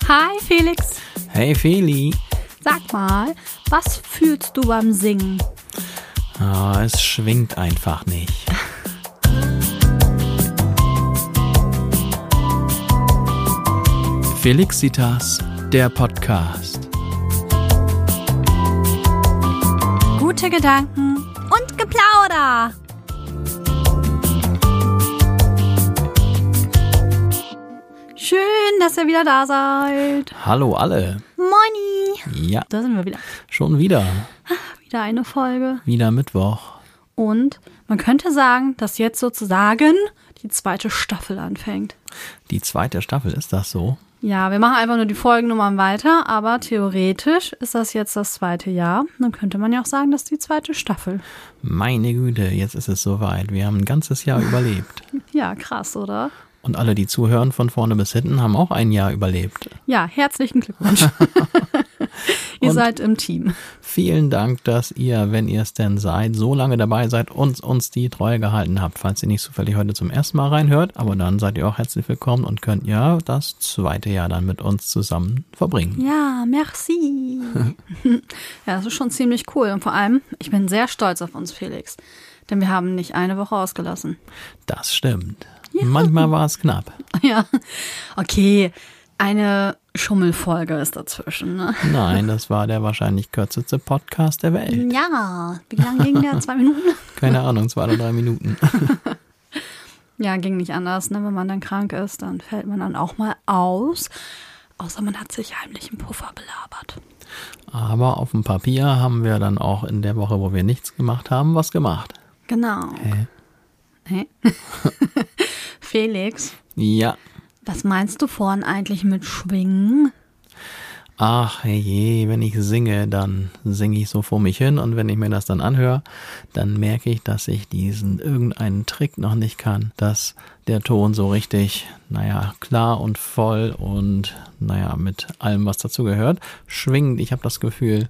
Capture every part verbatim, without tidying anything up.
Hi Felix. Hey Feli. Sag mal, was fühlst du beim Singen? Oh, es schwingt einfach nicht. Felixitas, der Podcast. Gute Gedanken und Geplauder. Schön, dass ihr wieder da seid. Hallo alle. Moini. Ja. Da sind wir wieder. Schon wieder. Wieder eine Folge. Wieder Mittwoch. Und man könnte sagen, dass jetzt sozusagen die zweite Staffel anfängt. Die zweite Staffel, ist das so? Ja, wir machen einfach nur die Folgennummern weiter, aber theoretisch ist das jetzt das zweite Jahr. Dann könnte man ja auch sagen, das ist die zweite Staffel. Meine Güte, jetzt ist es soweit. Wir haben ein ganzes Jahr überlebt. Ja, krass, oder? Und alle, die zuhören von vorne bis hinten, haben auch ein Jahr überlebt. Ja, herzlichen Glückwunsch. Ihr Und seid im Team. Vielen Dank, dass ihr, wenn ihr es denn seid, so lange dabei seid und uns die Treue gehalten habt. Falls ihr nicht zufällig heute zum ersten Mal reinhört, aber dann seid ihr auch herzlich willkommen und könnt ja das zweite Jahr dann mit uns zusammen verbringen. Ja, merci. Ja, das ist schon ziemlich cool. Und vor allem, ich bin sehr stolz auf uns, Felix. Denn wir haben nicht eine Woche ausgelassen. Das stimmt. Ja. Manchmal war es knapp. Ja, okay. Eine Schummelfolge ist dazwischen, ne? Nein, das war der wahrscheinlich kürzeste Podcast der Welt. Ja, wie lang ging der? Zwei Minuten? Keine Ahnung, zwei oder drei Minuten. Ja, ging nicht anders, ne? Wenn man dann krank ist, dann fällt man dann auch mal aus. Außer man hat sich heimlich einen Puffer belabert. Aber auf dem Papier haben wir dann auch in der Woche, wo wir nichts gemacht haben, was gemacht. Genau. Hä? Hä? Felix, Ja. was meinst du vorhin eigentlich mit Schwingen? Ach je, wenn ich singe, dann singe ich so vor mich hin und wenn ich mir das dann anhöre, dann merke ich, dass ich diesen irgendeinen Trick noch nicht kann, dass der Ton so richtig, naja, klar und voll und naja, mit allem, was dazu gehört, schwingt. Ich habe das Gefühl,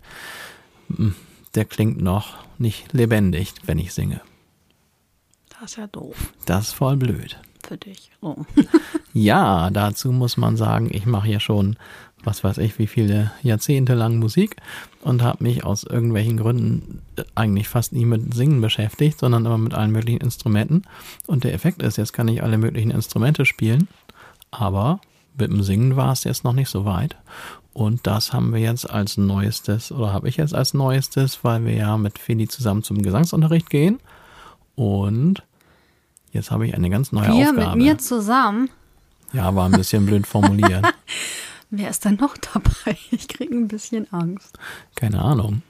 der klingt noch nicht lebendig, wenn ich singe. Das ist ja doof Das ist voll blöd. für dich. Oh. Ja, dazu muss man sagen, ich mache ja schon, was weiß ich, wie viele Jahrzehnte lang Musik und habe mich aus irgendwelchen Gründen eigentlich fast nie mit Singen beschäftigt, sondern immer mit allen möglichen Instrumenten. Und der Effekt ist, jetzt kann ich alle möglichen Instrumente spielen, aber mit dem Singen war es jetzt noch nicht so weit. Und das haben wir jetzt als Neuestes, oder habe ich jetzt als Neuestes, weil wir ja mit Feli zusammen zum Gesangsunterricht gehen. Und jetzt habe ich eine ganz neue Wir Aufgabe. mit mir zusammen? Ja, war ein bisschen blöd formuliert. Wer ist denn noch dabei? Ich kriege ein bisschen Angst. Keine Ahnung.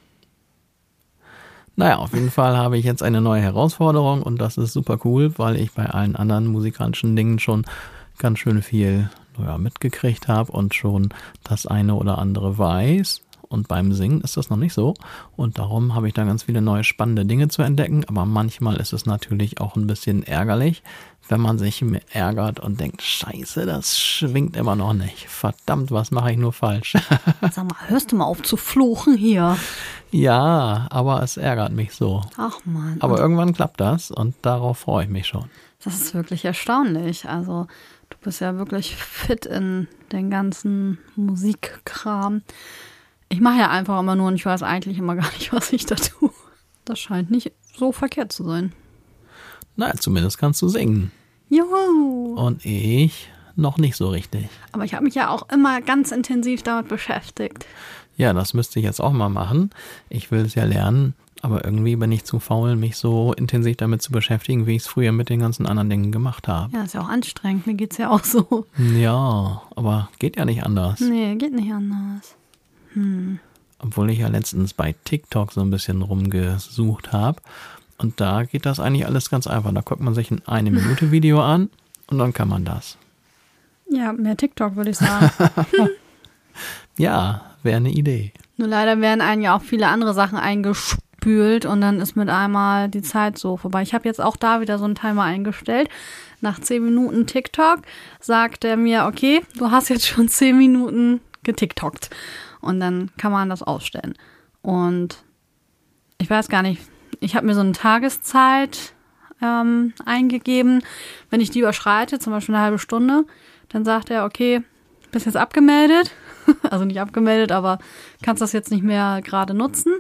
Naja, auf jeden Fall habe ich jetzt eine neue Herausforderung und das ist super cool, weil ich bei allen anderen musikalischen Dingen schon ganz schön viel naja, mitgekriegt habe und schon das eine oder andere weiß. Und beim Singen ist das noch nicht so. Und darum habe ich da ganz viele neue spannende Dinge zu entdecken. Aber manchmal ist es natürlich auch ein bisschen ärgerlich, wenn man sich ärgert und denkt, scheiße, das schwingt immer noch nicht. Verdammt, was mache ich nur falsch? Sag mal, hörst du mal auf zu fluchen hier? Ja, aber es ärgert mich so. Ach Mann. Aber und irgendwann klappt das und darauf freue ich mich schon. das ist wirklich erstaunlich. Also du bist ja wirklich fit in den ganzen Musikkram. Ich mache ja einfach immer nur und ich weiß eigentlich immer gar nicht, was ich da tue. Das scheint nicht so verkehrt zu sein. Na, zumindest kannst du singen. Juhu! Und ich noch nicht so richtig. Aber ich habe mich ja auch immer ganz intensiv damit beschäftigt. Ja, das müsste ich jetzt auch mal machen. Ich will es ja lernen, aber irgendwie bin ich zu faul, mich so intensiv damit zu beschäftigen, wie ich es früher mit den ganzen anderen Dingen gemacht habe. Ja, ist ja auch anstrengend. Mir geht's ja auch so. Ja, aber geht ja nicht anders. Nee, geht nicht anders. Hm. Obwohl ich ja letztens bei TikTok so ein bisschen rumgesucht habe. Und da geht das eigentlich alles ganz einfach. Da guckt man sich ein eine Minute Video an und dann kann man das. Ja, mehr TikTok, würde ich sagen. Ja, wäre eine Idee. Nur leider werden einem ja auch viele andere Sachen eingespült und dann ist mit einmal die Zeit so vorbei. Ich habe jetzt auch da wieder so einen Timer eingestellt. Nach zehn Minuten TikTok sagt er mir, okay, du hast jetzt schon zehn Minuten getiktokt. Und dann kann man das ausstellen. Und ich weiß gar nicht, ich habe mir so eine Tageszeit ähm, eingegeben. Wenn ich die überschreite, zum Beispiel eine halbe Stunde, dann sagt er, okay, bist jetzt abgemeldet. Also nicht abgemeldet, aber kannst das jetzt nicht mehr gerade nutzen.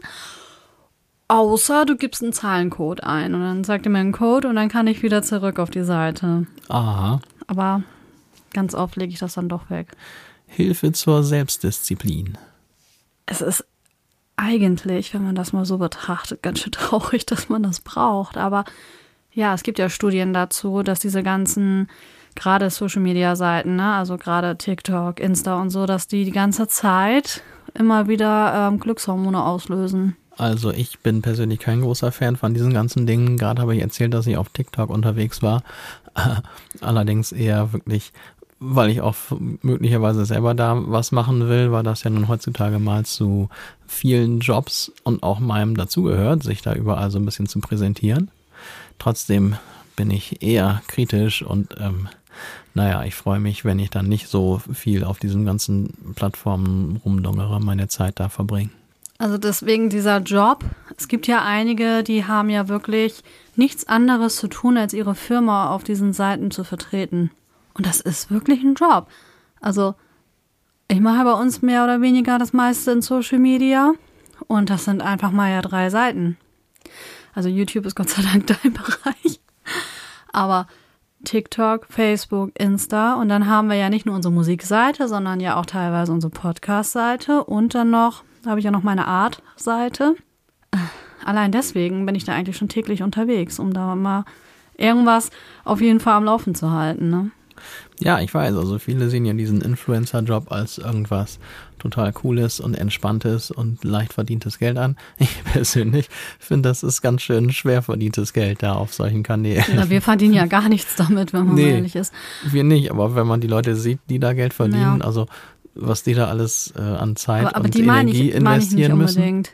Außer du gibst einen Zahlencode ein und dann sagt er mir einen Code und dann kann ich wieder zurück auf die Seite. Aha. Aber ganz oft lege ich das dann doch weg. Hilfe zur Selbstdisziplin. Es ist eigentlich, wenn man das mal so betrachtet, ganz schön traurig, dass man das braucht. Aber ja, es gibt ja Studien dazu, dass diese ganzen, gerade Social-Media-Seiten, ne, also gerade TikTok, Insta und so, dass die die ganze Zeit immer wieder ähm, Glückshormone auslösen. Also ich bin persönlich kein großer Fan von diesen ganzen Dingen. Gerade habe ich erzählt, dass ich auf TikTok unterwegs war. Allerdings eher wirklich, weil ich auch möglicherweise selber da was machen will, weil das ja nun heutzutage mal zu vielen Jobs und auch meinem dazugehört, sich da überall so ein bisschen zu präsentieren. Trotzdem bin ich eher kritisch und ähm, naja, ich freue mich, wenn ich dann nicht so viel auf diesen ganzen Plattformen rumdongere, meine Zeit da verbringe. Also deswegen dieser Job, es gibt ja einige, die haben ja wirklich nichts anderes zu tun, als ihre Firma auf diesen Seiten zu vertreten. Und das ist wirklich ein Job. Also ich mache bei uns mehr oder weniger das meiste in Social Media und das sind einfach mal ja drei Seiten. Also YouTube ist Gott sei Dank dein Bereich. Aber TikTok, Facebook, Insta und dann haben wir ja nicht nur unsere Musikseite, sondern ja auch teilweise unsere Podcast-Seite und dann noch, da habe ich ja noch meine Art-Seite. Allein deswegen bin ich da eigentlich schon täglich unterwegs, um da mal irgendwas auf jeden Fall am Laufen zu halten, ne? Ja, ich weiß, also viele sehen ja diesen Influencer-Job als irgendwas total Cooles und Entspanntes und leicht verdientes Geld an. Ich persönlich finde, das ist ganz schön schwer verdientes Geld da auf solchen Kanälen. Ja, wir verdienen ja gar nichts damit, wenn man nee, mal ehrlich ist. Wir nicht, aber wenn man die Leute sieht, die da Geld verdienen, ja. also was die da alles äh, an Zeit aber, aber und die Energie ich, investieren müssen. Unbedingt.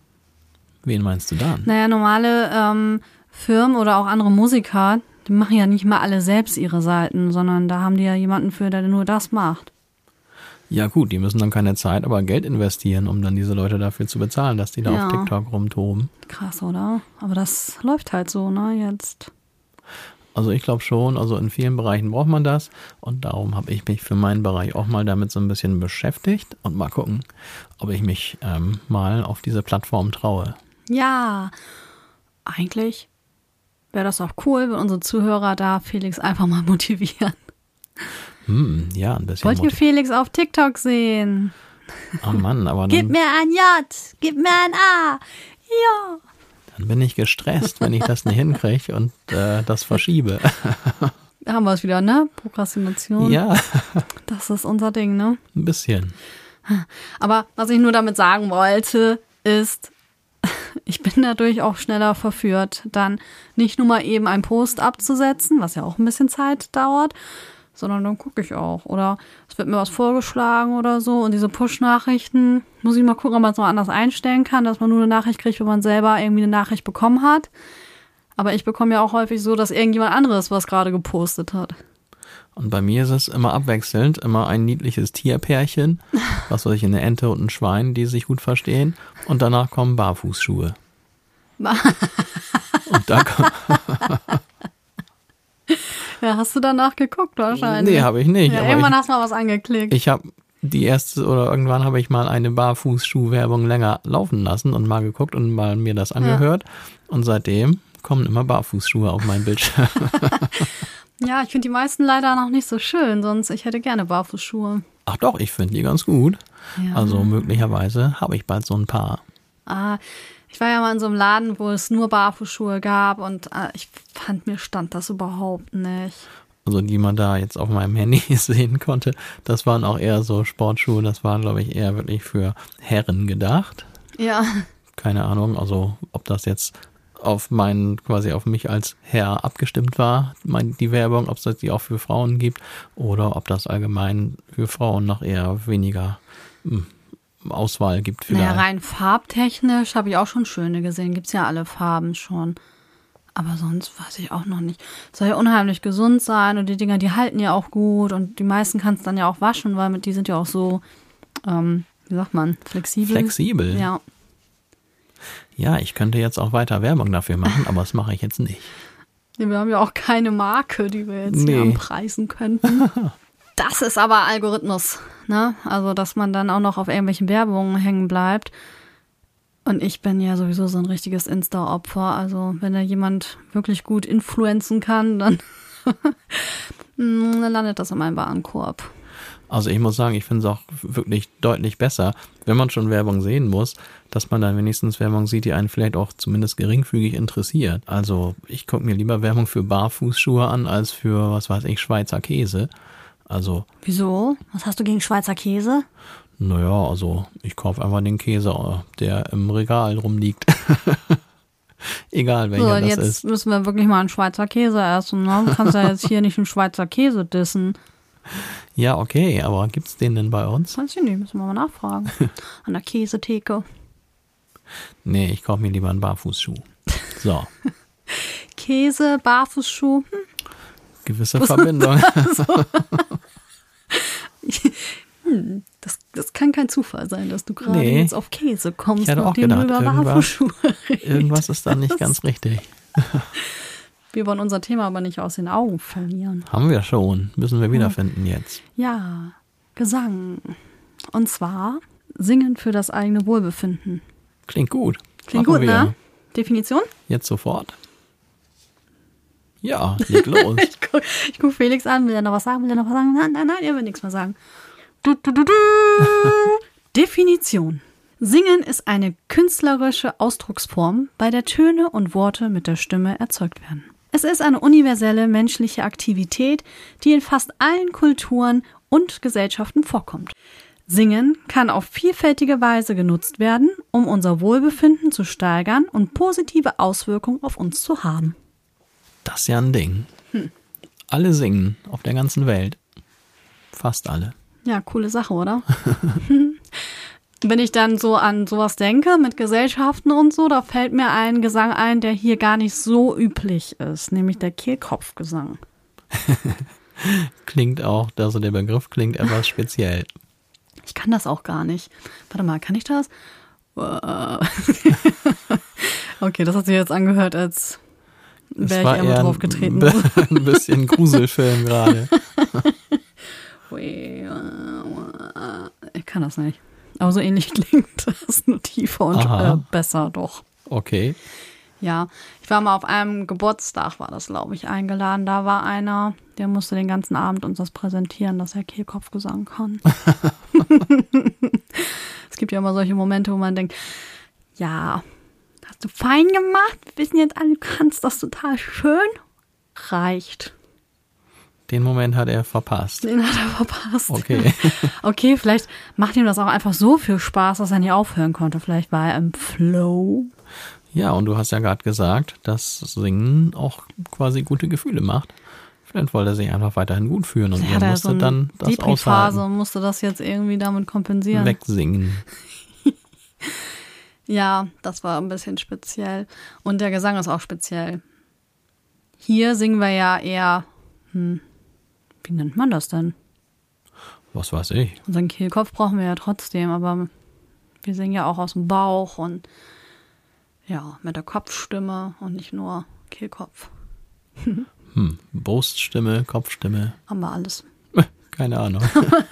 Wen meinst du dann? Naja, normale ähm, Firmen oder auch andere Musiker, die machen ja nicht mal alle selbst ihre Seiten, sondern da haben die ja jemanden für, der nur das macht. Ja gut, die müssen dann keine Zeit, aber Geld investieren, um dann diese Leute dafür zu bezahlen, dass die da ja. auf TikTok rumtoben. Krass, oder? Aber das läuft halt so, ne, jetzt. Also ich glaube schon, also in vielen Bereichen braucht man das und darum habe ich mich für meinen Bereich auch mal damit so ein bisschen beschäftigt und mal gucken, ob ich mich ähm, mal auf diese Plattform traue. Ja, eigentlich wäre das auch cool, wenn unsere Zuhörer da Felix einfach mal motivieren. Hm, ja, ein bisschen. Wollt ihr Felix auf TikTok sehen? Oh Mann, aber dann... Gib mir ein J, gib mir ein A, ja. Dann bin ich gestresst, wenn ich das nicht hinkriege und äh, das verschiebe. Da haben wir es wieder, ne? Prokrastination. Ja. Das ist unser Ding, ne? Ein bisschen. Aber was ich nur damit sagen wollte, ist, ich bin dadurch auch schneller verführt, dann nicht nur mal eben einen Post abzusetzen, was ja auch ein bisschen Zeit dauert, sondern dann gucke ich auch. Oder es wird mir was vorgeschlagen oder so. Und diese Push-Nachrichten, muss ich mal gucken, ob man es noch anders einstellen kann, dass man nur eine Nachricht kriegt, wenn man selber irgendwie eine Nachricht bekommen hat. Aber ich bekomme ja auch häufig so, dass irgendjemand anderes was gerade gepostet hat. Und bei mir ist es immer abwechselnd, immer ein niedliches Tierpärchen, was weiß ich, eine Ente und ein Schwein, die sich gut verstehen. Und danach kommen Barfußschuhe. Und da kommt... Ja, hast du danach geguckt wahrscheinlich? Nee, habe ich nicht. Ja, aber irgendwann ich, hast du mal was angeklickt. Ich habe die erste oder irgendwann habe ich mal eine Barfußschuhwerbung länger laufen lassen und mal geguckt und mal mir das angehört. Ja. Und seitdem kommen immer Barfußschuhe auf mein Bildschirm. Ja, ich finde die meisten leider noch nicht so schön, sonst ich hätte gerne Barfußschuhe. Ach doch, ich finde die ganz gut. Ja. Also möglicherweise habe ich bald so ein paar. Ah, ich war ja mal in so einem Laden, wo es nur Barfußschuhe gab und äh, ich fand, mir stand das überhaupt nicht. Also die man da jetzt auf meinem Handy sehen konnte, das waren auch eher so Sportschuhe, das waren, glaube ich, eher wirklich für Herren gedacht. Ja. Keine Ahnung, also ob das jetzt auf meinen, quasi auf mich als Herr abgestimmt war, mein, die Werbung, ob es das die auch für Frauen gibt oder ob das allgemein für Frauen noch eher weniger mh, Auswahl gibt. Vielleicht. Naja, rein farbtechnisch habe ich auch schon schöne gesehen. Gibt es ja alle Farben schon. Aber sonst weiß ich auch noch nicht. Soll ja unheimlich gesund sein und die Dinger, die halten ja auch gut und die meisten kannst dann ja auch waschen, weil mit die sind ja auch so, ähm, wie sagt man, flexibel. Flexibel? Ja. Ja, ich könnte jetzt auch weiter Werbung dafür machen, aber das mache ich jetzt nicht. Wir haben ja auch keine Marke, die wir jetzt nee. hier anpreisen könnten. Das ist aber Algorithmus, ne? Also, dass man dann auch noch auf irgendwelchen Werbungen hängen bleibt. Und ich bin ja sowieso so ein richtiges Insta-Opfer. Also, wenn da jemand wirklich gut influenzen kann, dann, dann landet das in meinem Warenkorb. Also ich muss sagen, ich finde es auch wirklich deutlich besser, wenn man schon Werbung sehen muss, dass man dann wenigstens Werbung sieht, die einen vielleicht auch zumindest geringfügig interessiert. Also ich gucke mir lieber Werbung für Barfußschuhe an, als für, was weiß ich, Schweizer Käse. Also. Wieso? Was hast du gegen Schweizer Käse? Naja, also ich kaufe einfach den Käse, der im Regal rumliegt. Egal, welcher so, das jetzt ist. Jetzt müssen wir wirklich mal einen Schweizer Käse essen. Ne? Du kannst ja jetzt hier nicht einen Schweizer Käse dissen. Ja, okay, aber gibt's den denn bei uns? Weiß ich nicht, müssen wir mal nachfragen. An der Käsetheke. Nee, ich kaufe mir lieber einen Barfußschuh. So. Käse, Barfußschuh. Hm. Gewisse Verbindung. hm, das, das kann kein Zufall sein, dass du gerade nee, jetzt auf Käse kommst, ich hatte auch nachdem gedacht, du über irgendwas, Barfußschuhe redest. Irgendwas ist da nicht ganz richtig. Wir wollen unser Thema aber nicht aus den Augen verlieren. Haben wir schon. Müssen wir wiederfinden jetzt. Ja, Gesang. Und zwar Singen für das eigene Wohlbefinden. Klingt gut. Klingt Machen gut, wir. ne? Definition? Jetzt sofort. Ja, leg los. ich gucke guck Felix an. Will er noch was sagen? Will er noch was sagen? Nein, nein, nein, er will nichts mehr sagen. Du, du, du, du. Definition. Singen ist eine künstlerische Ausdrucksform, bei der Töne und Worte mit der Stimme erzeugt werden. Es ist eine universelle menschliche Aktivität, die in fast allen Kulturen und Gesellschaften vorkommt. Singen kann auf vielfältige Weise genutzt werden, um unser Wohlbefinden zu steigern und positive Auswirkungen auf uns zu haben. Das ist ja ein Ding. Hm. Alle singen auf der ganzen Welt. Fast alle. Ja, coole Sache, oder? Wenn ich dann so an sowas denke, mit Gesellschaften und so, da fällt mir ein Gesang ein, der hier gar nicht so üblich ist, nämlich der Kehlkopfgesang. Klingt auch, also der Begriff klingt etwas speziell. Ich kann das auch gar nicht. Warte mal, kann ich das? Okay, das hat sich jetzt angehört, als wäre ich einmal drauf getreten. Ein, ein bisschen Gruselfilm gerade. Ich kann das nicht. Aber so ähnlich klingt das, nur tiefer und äh, besser doch. Okay. Ja, ich war mal auf einem Geburtstag, war das, glaube ich, eingeladen. Da war einer, der musste den ganzen Abend uns das präsentieren, dass er Kehlkopfgesang kann. Es gibt ja immer solche Momente, wo man denkt, ja, hast du fein gemacht, wir wissen jetzt alle, du kannst das total schön. Reicht. Den Moment hat er verpasst. Den hat er verpasst. Okay. Okay, vielleicht macht ihm das auch einfach so viel Spaß, dass er nicht aufhören konnte. Vielleicht war er im Flow. Ja, und du hast ja gerade gesagt, dass Singen auch quasi gute Gefühle macht. Vielleicht wollte er sich einfach weiterhin gut fühlen und er musste so dann das Depri-Phase und musste das jetzt irgendwie damit kompensieren. Wegsingen. Ja, das war ein bisschen speziell. Und der Gesang ist auch speziell. Hier singen wir ja eher, hm, wie nennt man das denn? Was weiß ich. Unseren Kehlkopf brauchen wir ja trotzdem, aber wir singen ja auch aus dem Bauch und ja, mit der Kopfstimme und nicht nur Kehlkopf. Hm, Bruststimme, Kopfstimme. Haben wir alles. Keine Ahnung.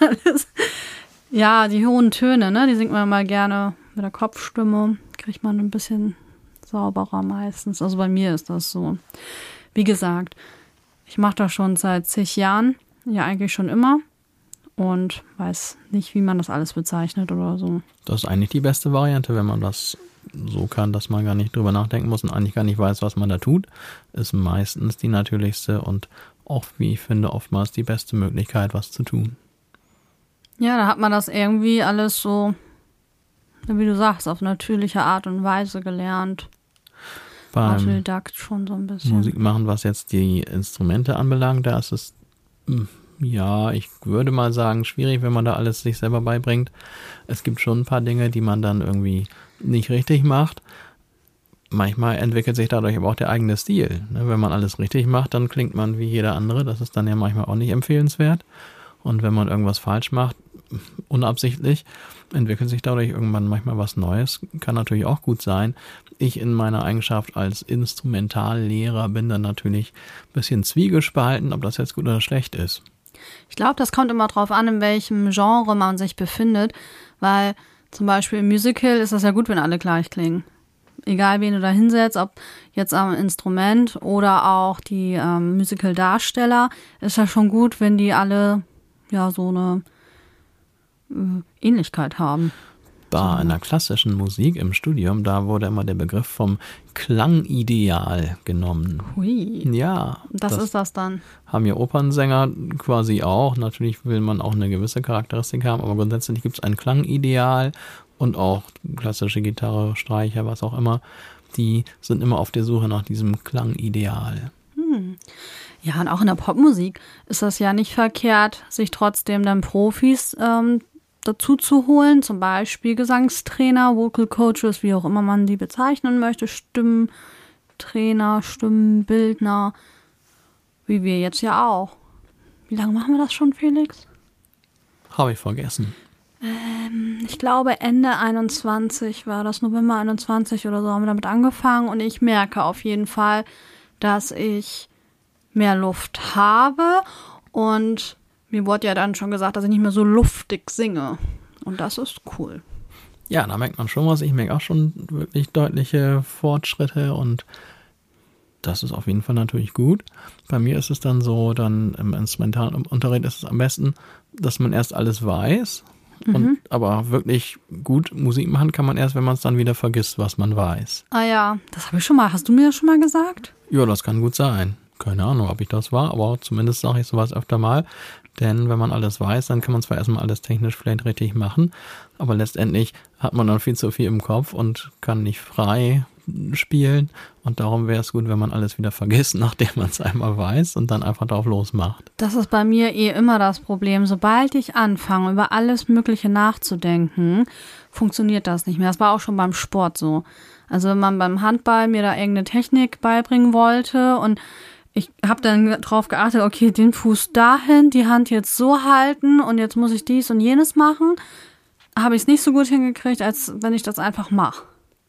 Ja, die hohen Töne, ne, die singt man mal gerne mit der Kopfstimme. Kriegt man ein bisschen sauberer meistens. Also bei mir ist das so. Wie gesagt, ich mache das schon seit zig Jahren. Ja, eigentlich schon immer. Und weiß nicht, wie man das alles bezeichnet oder so. Das ist eigentlich die beste Variante, wenn man das so kann, dass man gar nicht drüber nachdenken muss und eigentlich gar nicht weiß, was man da tut. Ist meistens die natürlichste und auch, wie ich finde, oftmals die beste Möglichkeit, was zu tun. Ja, da hat man das irgendwie alles so, wie du sagst, auf natürliche Art und Weise gelernt. Beim Autodidakt schon so ein bisschen. Musik machen, was jetzt die Instrumente anbelangt, da ist es, ja, ich würde mal sagen, schwierig, wenn man da alles sich selber beibringt. Es gibt schon ein paar Dinge, die man dann irgendwie nicht richtig macht. Manchmal entwickelt sich dadurch aber auch der eigene Stil. Wenn man alles richtig macht, dann klingt man wie jeder andere. Das ist dann ja manchmal auch nicht empfehlenswert. Und wenn man irgendwas falsch macht, unabsichtlich, entwickelt sich dadurch irgendwann manchmal was Neues. Kann natürlich auch gut sein. Ich in meiner Eigenschaft als Instrumentallehrer bin dann natürlich ein bisschen zwiegespalten, ob das jetzt gut oder schlecht ist. Ich glaube, das kommt immer drauf an, in welchem Genre man sich befindet, weil zum Beispiel im Musical ist das ja gut, wenn alle gleich klingen. Egal, wen du da hinsetzt, ob jetzt am Instrument oder auch die ähm, Musical-Darsteller, ist ja schon gut, wenn die alle ja so eine äh, Ähnlichkeit haben. Bei einer klassischen Musik im Studium, da wurde immer der Begriff vom Klangideal genommen. Hui. Ja. Das, das ist das dann. Haben ja Opernsänger quasi auch. Natürlich will man auch eine gewisse Charakteristik haben, aber grundsätzlich gibt es ein Klangideal und auch klassische Gitarre, Streicher, was auch immer. Die sind immer auf der Suche nach diesem Klangideal. Hm. Ja, und auch in der Popmusik ist das ja nicht verkehrt, sich trotzdem dann Profis ähm, dazu zu holen, zum Beispiel Gesangstrainer, Vocal Coaches, wie auch immer man die bezeichnen möchte, Stimmtrainer, Stimmbildner, wie wir jetzt ja auch. Wie lange machen wir das schon, Felix? Habe ich vergessen. Ähm, ich glaube Ende einundzwanzig war das, November einundzwanzig oder so haben wir damit angefangen und ich merke auf jeden Fall, dass ich mehr Luft habe und mir wurde ja dann schon gesagt, dass ich nicht mehr so luftig singe. Und das ist cool. Ja, da merkt man schon was. Ich merke auch schon wirklich deutliche Fortschritte und das ist auf jeden Fall natürlich gut. Bei mir ist es dann so, dann im Instrumentalunterricht ist es am besten, dass man erst alles weiß. Mhm. Und aber wirklich gut Musik machen kann man erst, wenn man es dann wieder vergisst, was man weiß. Ah ja, das habe ich schon mal. Hast du mir das schon mal gesagt? Ja, das kann gut sein. Keine Ahnung, ob ich das war, aber zumindest sage ich sowas öfter mal. Denn wenn man alles weiß, dann kann man zwar erstmal alles technisch vielleicht richtig machen, aber letztendlich hat man dann viel zu viel im Kopf und kann nicht frei spielen. Und darum wäre es gut, wenn man alles wieder vergisst, nachdem man es einmal weiß und dann einfach drauf losmacht. Das ist bei mir eh immer das Problem. Sobald ich anfange, über alles Mögliche nachzudenken, funktioniert das nicht mehr. Das war auch schon beim Sport so. Also wenn man beim Handball mir da irgendeine Technik beibringen wollte und ich habe dann drauf geachtet, okay, den Fuß dahin, die Hand jetzt so halten und jetzt muss ich dies und jenes machen, habe ich es nicht so gut hingekriegt, als wenn ich das einfach mache.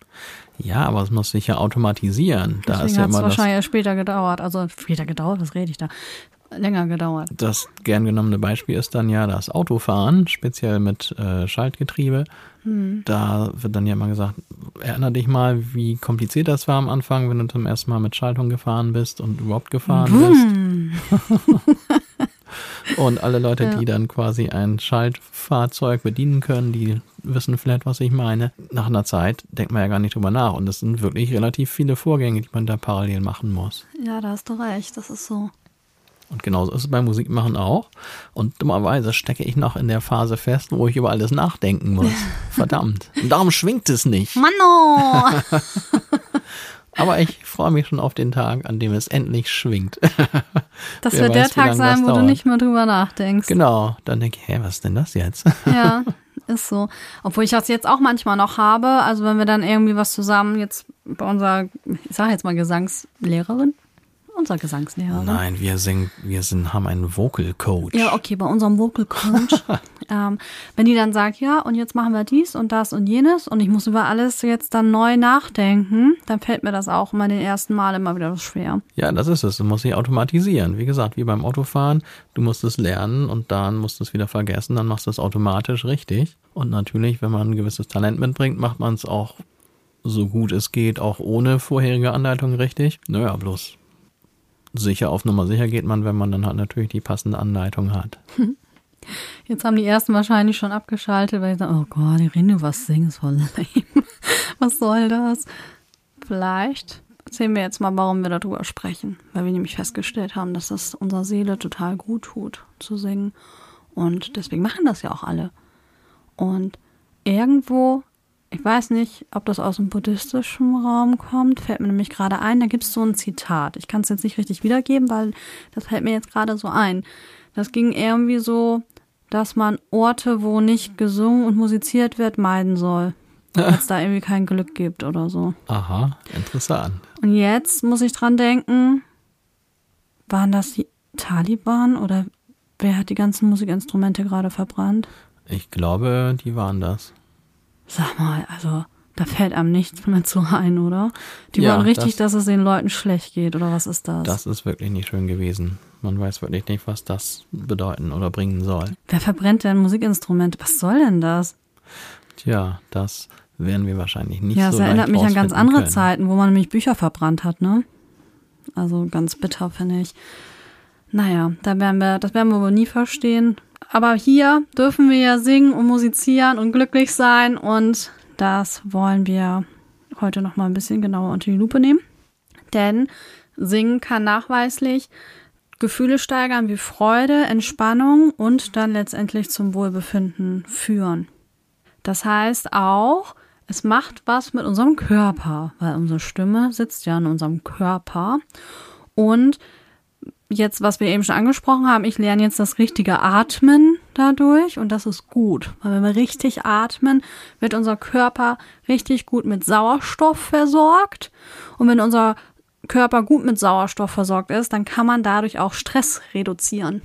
Ja, aber es muss sich ja automatisieren. Da Deswegen ist ja hat es immer wahrscheinlich das, später gedauert. Also später gedauert, was rede ich da? Länger gedauert. Das gern genommene Beispiel ist dann ja das Autofahren, speziell mit äh, Schaltgetriebe. Hm. Da wird dann ja immer gesagt, erinnere dich mal, wie kompliziert das war am Anfang, wenn du zum ersten Mal mit Schaltung gefahren bist und überhaupt gefahren Boom. bist. Und alle Leute, ja. die dann quasi ein Schaltfahrzeug bedienen können, die wissen vielleicht, was ich meine. Nach einer Zeit denkt man ja gar nicht drüber nach. Und das sind wirklich relativ viele Vorgänge, die man da parallel machen muss. Ja, da hast du recht, das ist so. Und genauso ist es beim Musikmachen auch. Und dummerweise stecke ich noch in der Phase fest, wo ich über alles nachdenken muss. Verdammt. Und darum schwingt es nicht. Manno! Aber ich freue mich schon auf den Tag, an dem es endlich schwingt. Das wird der Tag sein, wo du nicht mehr drüber nachdenkst. Genau. Dann denke ich, hä, was ist denn das jetzt? Ja, ist so. Obwohl ich das jetzt auch manchmal noch habe. Also wenn wir dann irgendwie was zusammen jetzt bei unserer, ich sage jetzt mal Gesangslehrerin, unserer Gesangslehrerin. Nein, wir singen, wir sind, haben einen Vocal Coach. Ja, okay, bei unserem Vocal Coach. ähm, wenn die dann sagt, ja, und jetzt machen wir dies und das und jenes und ich muss über alles jetzt dann neu nachdenken, dann fällt mir das auch immer den ersten Mal immer wieder schwer. Ja, das ist es. Du musst dich automatisieren. Wie gesagt, wie beim Autofahren. Du musst es lernen und dann musst du es wieder vergessen. Dann machst du es automatisch richtig. Und natürlich, wenn man ein gewisses Talent mitbringt, macht man es auch so gut es geht, auch ohne vorherige Anleitung richtig. Naja, bloß sicher auf Nummer sicher geht man, wenn man dann halt natürlich die passende Anleitung hat. Jetzt haben die ersten wahrscheinlich schon abgeschaltet, weil sie sagen, oh Gott, die reden über was singen, ist voll lame. Was soll das? Vielleicht erzählen wir jetzt mal, warum wir darüber sprechen. Weil wir nämlich festgestellt haben, dass das unserer Seele total gut tut, zu singen. Und deswegen machen das ja auch alle. Und irgendwo, ich weiß nicht, ob das aus dem buddhistischen Raum kommt, fällt mir nämlich gerade ein, da gibt es so ein Zitat. Ich kann es jetzt nicht richtig wiedergeben, weil das fällt mir jetzt gerade so ein. Das ging irgendwie so, dass man Orte, wo nicht gesungen und musiziert wird, meiden soll. Weil es da irgendwie kein Glück gibt oder so. Aha, interessant. Und jetzt muss ich dran denken, waren das die Taliban oder wer hat die ganzen Musikinstrumente gerade verbrannt? Ich glaube, die waren das. Sag mal, also da fällt einem nichts mehr zu ein, oder? Die Ja, wollen richtig, das, dass es den Leuten schlecht geht, oder was ist das? Das ist wirklich nicht schön gewesen. Man weiß wirklich nicht, was das bedeuten oder bringen soll. Wer verbrennt denn Musikinstrumente? Was soll denn das? Tja, das werden wir wahrscheinlich nicht ja, so das leicht erinnert mich an ganz rausfinden andere können. Zeiten, wo man nämlich Bücher verbrannt hat, ne? Also ganz bitter, finde ich. Naja, da werden wir, das werden wir wohl nie verstehen. Aber hier dürfen wir ja singen und musizieren und glücklich sein. Und das wollen wir heute noch mal ein bisschen genauer unter die Lupe nehmen. Denn Singen kann nachweislich Gefühle steigern wie Freude, Entspannung und dann letztendlich zum Wohlbefinden führen. Das heißt auch, es macht was mit unserem Körper, weil unsere Stimme sitzt ja in unserem Körper. Und jetzt, was wir eben schon angesprochen haben, ich lerne jetzt das richtige Atmen dadurch und das ist gut. Weil wenn wir richtig atmen, wird unser Körper richtig gut mit Sauerstoff versorgt. Und wenn unser Körper gut mit Sauerstoff versorgt ist, dann kann man dadurch auch Stress reduzieren.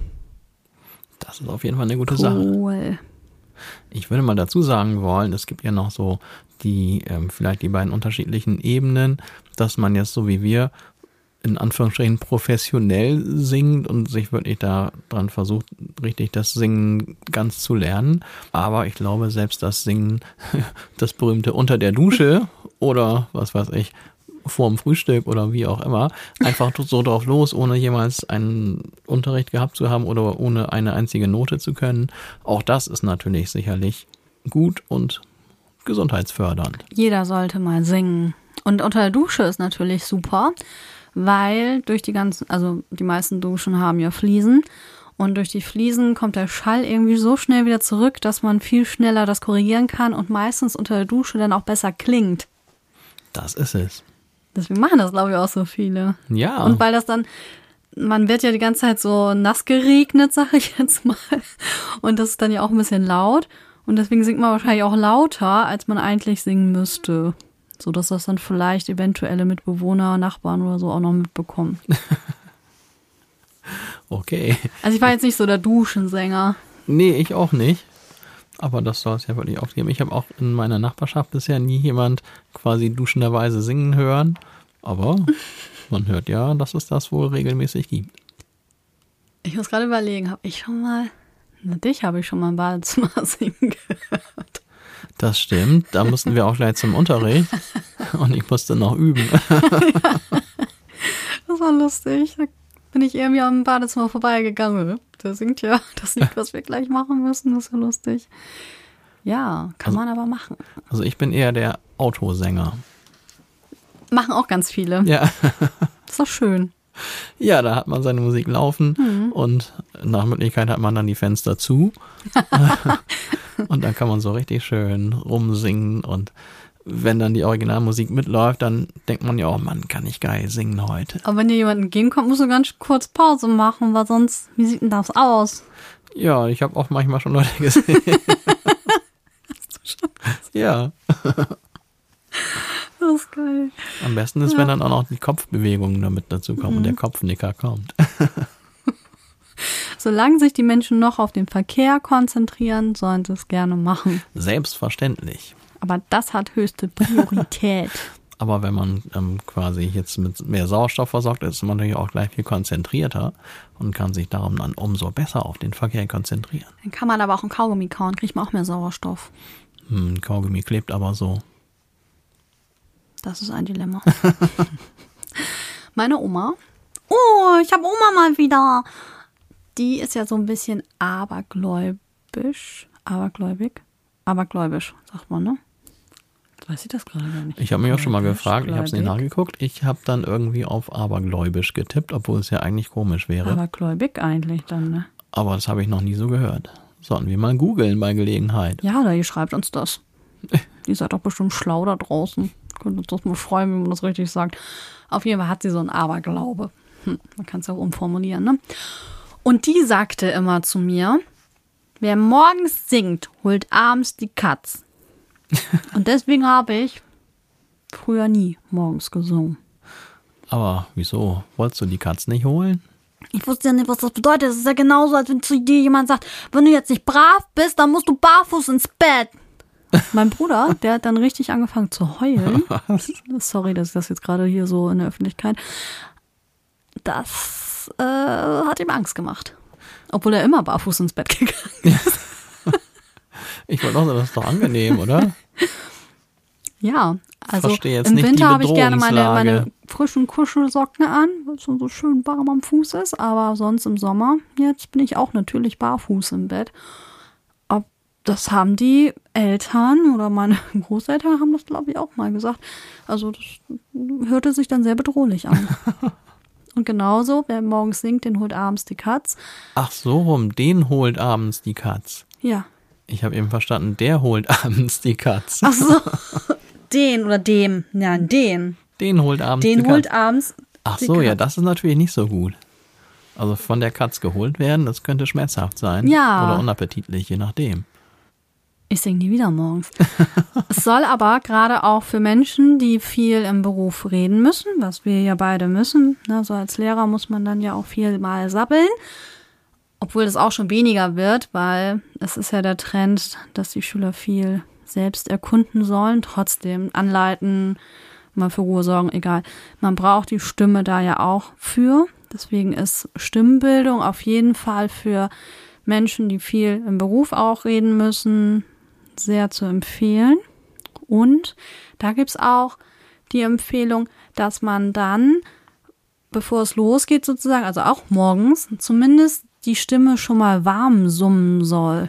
Das ist auf jeden Fall eine gute Cool. Sache. Ich würde mal dazu sagen wollen, es gibt ja noch so die, ähm, vielleicht die beiden unterschiedlichen Ebenen, dass man jetzt so wie wir in Anführungsstrichen professionell singt und sich wirklich daran versucht, richtig das Singen ganz zu lernen. Aber ich glaube, selbst das Singen, das berühmte unter der Dusche oder was weiß ich, vorm Frühstück oder wie auch immer, einfach so drauf los, ohne jemals einen Unterricht gehabt zu haben oder ohne eine einzige Note zu können. Auch das ist natürlich sicherlich gut und gesundheitsfördernd. Jeder sollte mal singen. Und unter der Dusche ist natürlich super, weil durch die ganzen, also die meisten Duschen haben ja Fliesen und durch die Fliesen kommt der Schall irgendwie so schnell wieder zurück, dass man viel schneller das korrigieren kann und meistens unter der Dusche dann auch besser klingt. Das ist es. Deswegen machen das, glaube ich, auch so viele. Ja. Und weil das dann, man wird ja die ganze Zeit so nass geregnet, sage ich jetzt mal. Und das ist dann ja auch ein bisschen laut. Und deswegen singt man wahrscheinlich auch lauter, als man eigentlich singen müsste. So dass das dann vielleicht eventuelle Mitbewohner, Nachbarn oder so auch noch mitbekommen. Okay. Also ich war jetzt nicht so der Duschensänger. Nee, ich auch nicht. Aber das soll es ja wirklich auch geben. Ich habe auch in meiner Nachbarschaft bisher nie jemand quasi duschenderweise singen hören. Aber man hört ja, dass es das wohl regelmäßig gibt. Ich muss gerade überlegen, habe ich schon mal, na dich habe ich schon mal im Badezimmer singen gehört. Das stimmt. Da mussten wir auch gleich zum Unterricht. Und ich musste noch üben. Ja, das war lustig. Da bin ich irgendwie am Badezimmer vorbeigegangen. Der singt ja das Lied, was wir gleich machen müssen. Das ist ja lustig. Ja, kann also, man aber machen. Also ich bin eher der Autosänger. Machen auch ganz viele. Ja. Ist doch schön. Ja, da hat man seine Musik laufen Mhm. und nach Möglichkeit hat man dann die Fenster zu. Und dann kann man so richtig schön rumsingen und wenn dann die Originalmusik mitläuft, dann denkt man ja, oh Mann, kann ich geil singen heute. Aber wenn dir jemand entgegenkommt, musst du ganz kurz Pause machen, weil sonst, wie sieht denn das aus? Ja, ich habe auch manchmal schon Leute gesehen. Hast du schon? Ja. Das ist geil. Am besten ist, Ja. wenn dann auch noch die Kopfbewegungen damit dazu kommen Mhm. und der Kopfnicker kommt. Solange sich die Menschen noch auf den Verkehr konzentrieren, sollen sie es gerne machen. Selbstverständlich. Aber das hat höchste Priorität. Aber wenn man ähm, quasi jetzt mit mehr Sauerstoff versorgt ist, ist man natürlich auch gleich viel konzentrierter und kann sich darum dann umso besser auf den Verkehr konzentrieren. Dann kann man aber auch ein Kaugummi kauen, kriegt man auch mehr Sauerstoff. Hm, Kaugummi klebt aber so. Das ist ein Dilemma. Meine Oma. Oh, ich habe Oma mal wieder. Die ist ja so ein bisschen abergläubisch. Abergläubig? Abergläubisch, sagt man, ne? Jetzt weiß ich das gerade gar nicht. Ich habe mich auch schon mal Gläubig, gefragt, ich habe es nicht gläubig. nachgeguckt. Ich habe dann irgendwie auf abergläubisch getippt, obwohl es ja eigentlich komisch wäre. Abergläubig eigentlich dann, ne? Aber das habe ich noch nie so gehört. Sollten wir mal googeln bei Gelegenheit. Ja, oder ihr schreibt uns das. Ihr seid doch bestimmt schlau da draußen. Könnt uns das mal schreiben, wie man das richtig sagt. Auf jeden Fall hat sie so einen Aberglaube. Hm, man kann es ja auch umformulieren, ne? Und die sagte immer zu mir, wer morgens singt, holt abends die Katz. Und deswegen habe ich früher nie morgens gesungen. Aber wieso? Wolltest du die Katz nicht holen? Ich wusste ja nicht, was das bedeutet. Es ist ja genauso, als wenn zu dir jemand sagt, wenn du jetzt nicht brav bist, dann musst du barfuß ins Bett. Mein Bruder, der hat dann richtig angefangen zu heulen. Was? Sorry, dass ich das jetzt gerade hier so in der Öffentlichkeit. Das das äh, hat ihm Angst gemacht. Obwohl er immer barfuß ins Bett gegangen ist. Ich wollte auch sagen, das ist doch angenehm, oder? Ja, also Verstehe jetzt im nicht Winter die habe ich gerne meine, Bedrohungslage. meine frischen Kuschelsocken an, weil es so schön warm am Fuß ist. Aber sonst im Sommer, jetzt bin ich auch natürlich barfuß im Bett. Ob das haben die Eltern oder meine Großeltern haben das, glaube ich, auch mal gesagt. Also das hörte sich dann sehr bedrohlich an. Und genauso, wer morgens singt, den holt abends die Katz. Ach so rum, den holt abends die Katz. Ja. Ich habe eben verstanden, der holt abends die Katz. Ach so. Den oder dem. Ja, den. Den holt abends Den die holt Katz. abends Ach die so, ja, Katz. das ist natürlich nicht so gut. Also von der Katz geholt werden, das könnte schmerzhaft sein. Ja. Oder unappetitlich, je nachdem. Ich singe nie wieder morgens. Es soll aber gerade auch für Menschen, die viel im Beruf reden müssen, was wir ja beide müssen, ne, so als Lehrer muss man dann ja auch viel mal sabbeln, obwohl das auch schon weniger wird, weil es ist ja der Trend, dass die Schüler viel selbst erkunden sollen, trotzdem anleiten, mal für Ruhe sorgen, egal. Man braucht die Stimme da ja auch für. Deswegen ist Stimmbildung auf jeden Fall für Menschen, die viel im Beruf auch reden müssen, sehr zu empfehlen. Und da gibt es auch die Empfehlung, dass man dann, bevor es losgeht sozusagen, also auch morgens, zumindest die Stimme schon mal warm summen soll.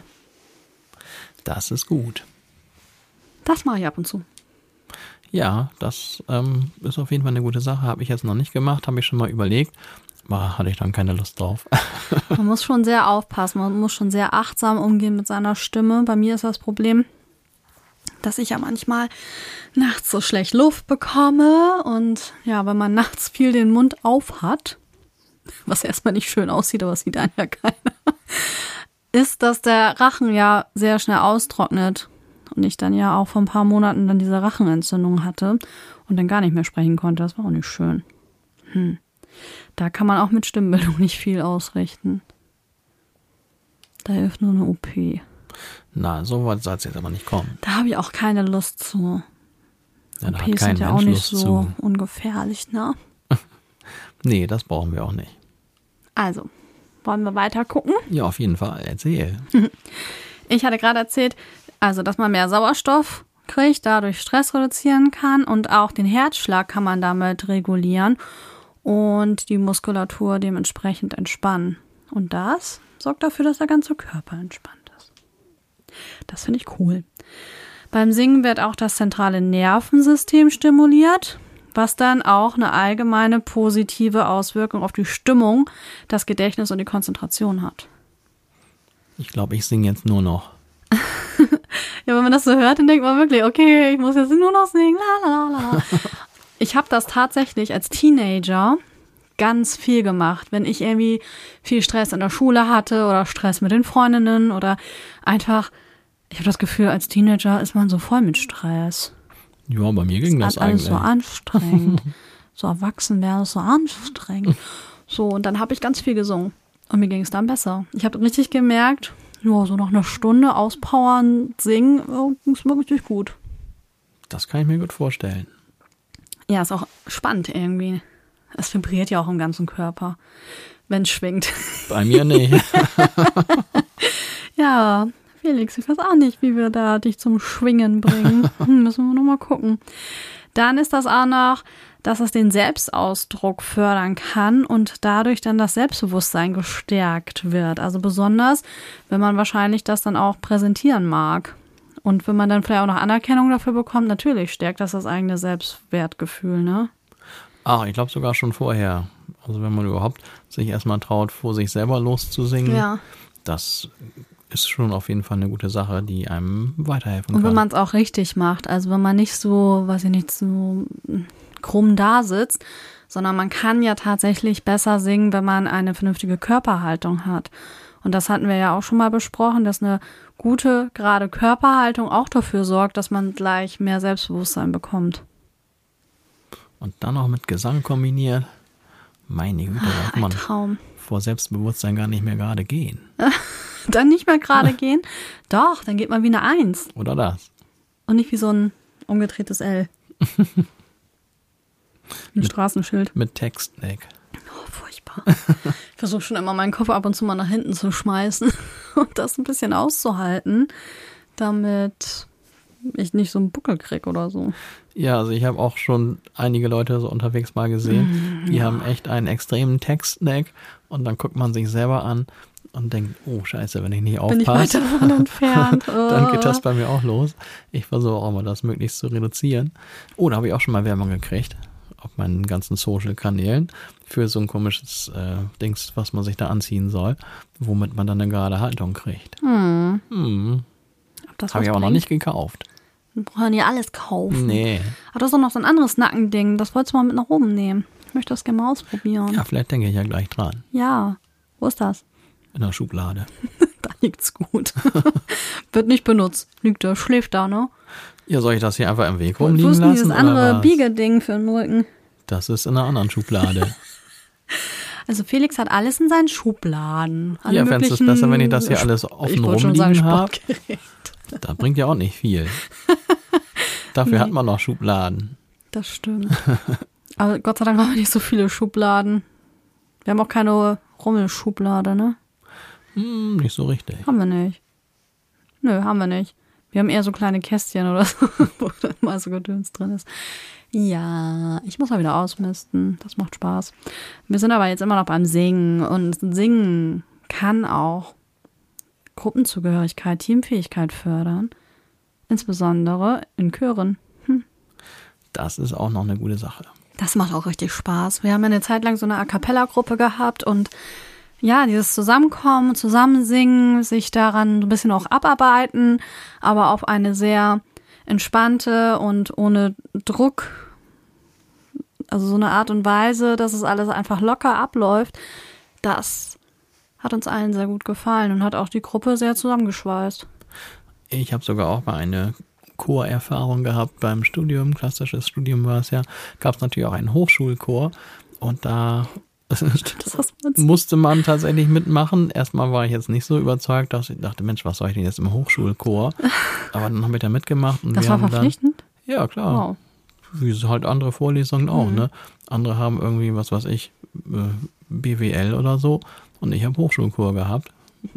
Das ist gut. Das mache ich ab und zu. Ja, das ähm, ist auf jeden Fall eine gute Sache. Habe ich jetzt noch nicht gemacht, habe ich schon mal überlegt. Aber hatte ich dann keine Lust drauf. Man muss schon sehr aufpassen, man muss schon sehr achtsam umgehen mit seiner Stimme. Bei mir ist das Problem, dass ich ja manchmal nachts so schlecht Luft bekomme. Und ja, wenn man nachts viel den Mund auf hat, was erstmal nicht schön aussieht, aber das sieht einem ja keiner, ist, dass der Rachen ja sehr schnell austrocknet. Und ich dann ja auch vor ein paar Monaten dann diese Rachenentzündung hatte und dann gar nicht mehr sprechen konnte. Das war auch nicht schön. Hm. Da kann man auch mit Stimmbildung nicht viel ausrichten. Da hilft nur eine O P. Na, so weit soll es jetzt aber nicht kommen. Da habe ich auch keine Lust zu. Ja, da O Ps hat kein sind ja auch Mensch nicht Lust so zu. ungefährlich, ne? Nee, das brauchen wir auch nicht. Also, wollen wir weiter gucken? Ja, auf jeden Fall. Erzähl. Ich hatte gerade erzählt, also, dass man mehr Sauerstoff kriegt, dadurch Stress reduzieren kann und auch den Herzschlag kann man damit regulieren und die Muskulatur dementsprechend entspannen. Und das sorgt dafür, dass der ganze Körper entspannt ist. Das finde ich cool. Beim Singen wird auch das zentrale Nervensystem stimuliert, was dann auch eine allgemeine positive Auswirkung auf die Stimmung, das Gedächtnis und die Konzentration hat. Ich glaube, ich singe jetzt nur noch. Ja, wenn man das so hört, dann denkt man wirklich, okay, ich muss jetzt nur noch singen. La, la, la, la. Ich habe das tatsächlich als Teenager ganz viel gemacht, wenn ich irgendwie viel Stress in der Schule hatte oder Stress mit den Freundinnen oder einfach, ich habe das Gefühl, als Teenager ist man so voll mit Stress. Ja, bei mir ging Das das ist alles eigentlich. so anstrengend. So erwachsen wäre es so anstrengend. So, und dann habe ich ganz viel gesungen. Und mir ging es dann besser. Ich habe richtig gemerkt, ja, so nach einer Stunde auspowern, singen, oh, ging es mir richtig gut. Das kann ich mir gut vorstellen. Ja, ist auch spannend irgendwie. Es vibriert ja auch im ganzen Körper, wenn es schwingt. Bei mir nicht. Ja, Felix, ich weiß auch nicht, wie wir da dich zum Schwingen bringen. Hm, müssen wir nochmal gucken. Dann ist das auch noch, dass es den Selbstausdruck fördern kann und dadurch dann das Selbstbewusstsein gestärkt wird. Also besonders, wenn man wahrscheinlich das dann auch präsentieren mag. Und wenn man dann vielleicht auch noch Anerkennung dafür bekommt, natürlich stärkt das das eigene Selbstwertgefühl, ne? Ach, ich glaube sogar schon vorher. Also wenn man überhaupt sich erstmal traut, vor sich selber loszusingen, Ja. das ist schon auf jeden Fall eine gute Sache, die einem weiterhelfen Und kann. wenn man es auch richtig macht, also wenn man nicht so, weiß ich nicht, so krumm da sitzt, sondern man kann ja tatsächlich besser singen, wenn man eine vernünftige Körperhaltung hat. Und das hatten wir ja auch schon mal besprochen, dass eine gute, gerade Körperhaltung auch dafür sorgt, dass man gleich mehr Selbstbewusstsein bekommt. Und dann noch mit Gesang kombiniert. Meine Güte, da kann Ein man Traum. vor Selbstbewusstsein gar nicht mehr gerade gehen. Dann nicht mehr gerade gehen? Doch, dann geht man wie eine Eins. Oder das? Und nicht wie so ein umgedrehtes L. Ein Mit- Straßenschild. Mit Text weg. Oh, furchtbar. Ich versuche schon immer meinen Kopf ab und zu mal nach hinten zu schmeißen und das ein bisschen auszuhalten, damit ich nicht so einen Buckel kriege oder so. Ja, also ich habe auch schon einige Leute so unterwegs mal gesehen, mm, die ja. haben echt einen extremen Text-Snack und dann guckt man sich selber an und denkt, oh scheiße, wenn ich nicht aufpasse, bin ich weit davon entfernt. Oh. Dann geht das bei mir auch los. Ich versuche auch immer, das möglichst zu reduzieren. Oh, da habe ich auch schon mal Werbung gekriegt auf meinen ganzen Social-Kanälen für so ein komisches äh, Dings, was man sich da anziehen soll, womit man dann eine gerade Haltung kriegt. Hm. Hm. Das habe ich aber noch nicht gekauft. Wir brauchen ja alles kaufen. Nee. Aber das ist doch noch so ein anderes Nackending. Das wolltest du mal mit nach oben nehmen. Ich möchte das gerne mal ausprobieren. Ja, vielleicht denke ich ja gleich dran. Ja. Wo ist das? In der Schublade. Da liegt's gut. Wird nicht benutzt. Liegt da, schläft da, ne? Ja, soll ich das hier einfach im Weg rumliegen lassen? lassen? Dieses andere Biegeding für den Rücken. Das ist in einer anderen Schublade. Also Felix hat alles in seinen Schubladen. Alle ja, fändest du es besser, wenn ich das hier alles offen rumliegen habe? Das bringt ja auch nicht viel. Dafür nee. hat man noch Schubladen. Das stimmt. Aber Gott sei Dank haben wir nicht so viele Schubladen. Wir haben auch keine Rummelschublade, ne? Hm, nicht so richtig. Haben wir nicht. Nö, haben wir nicht. Wir haben eher so kleine Kästchen oder so, wo dann mal so Gedöns drin ist. Ja, ich muss mal wieder ausmisten. Das macht Spaß. Wir sind aber jetzt immer noch beim Singen. Und Singen kann auch Gruppenzugehörigkeit, Teamfähigkeit fördern. Insbesondere in Chören. Hm. Das ist auch noch eine gute Sache. Das macht auch richtig Spaß. Wir haben ja eine Zeit lang so eine A-Cappella-Gruppe gehabt und ja, dieses Zusammenkommen, Zusammensingen, sich daran ein bisschen auch abarbeiten, aber auf eine sehr entspannte und ohne Druck, also so eine Art und Weise, dass es alles einfach locker abläuft, das hat uns allen sehr gut gefallen und hat auch die Gruppe sehr zusammengeschweißt. Ich habe sogar auch mal eine Chorerfahrung gehabt beim Studium, klassisches Studium war es ja, gab es natürlich auch einen Hochschulchor und da musste man tatsächlich mitmachen. Erstmal war ich jetzt nicht so überzeugt, dass ich dachte, Mensch, was soll ich denn jetzt im Hochschulchor? Aber dann haben wir da mitgemacht. Und das wir war haben verpflichtend? Dann, ja, klar. Wow. Wie halt andere Vorlesungen auch, mhm. ne? Andere haben irgendwie, was weiß ich, B W L oder so und ich habe Hochschulchor gehabt.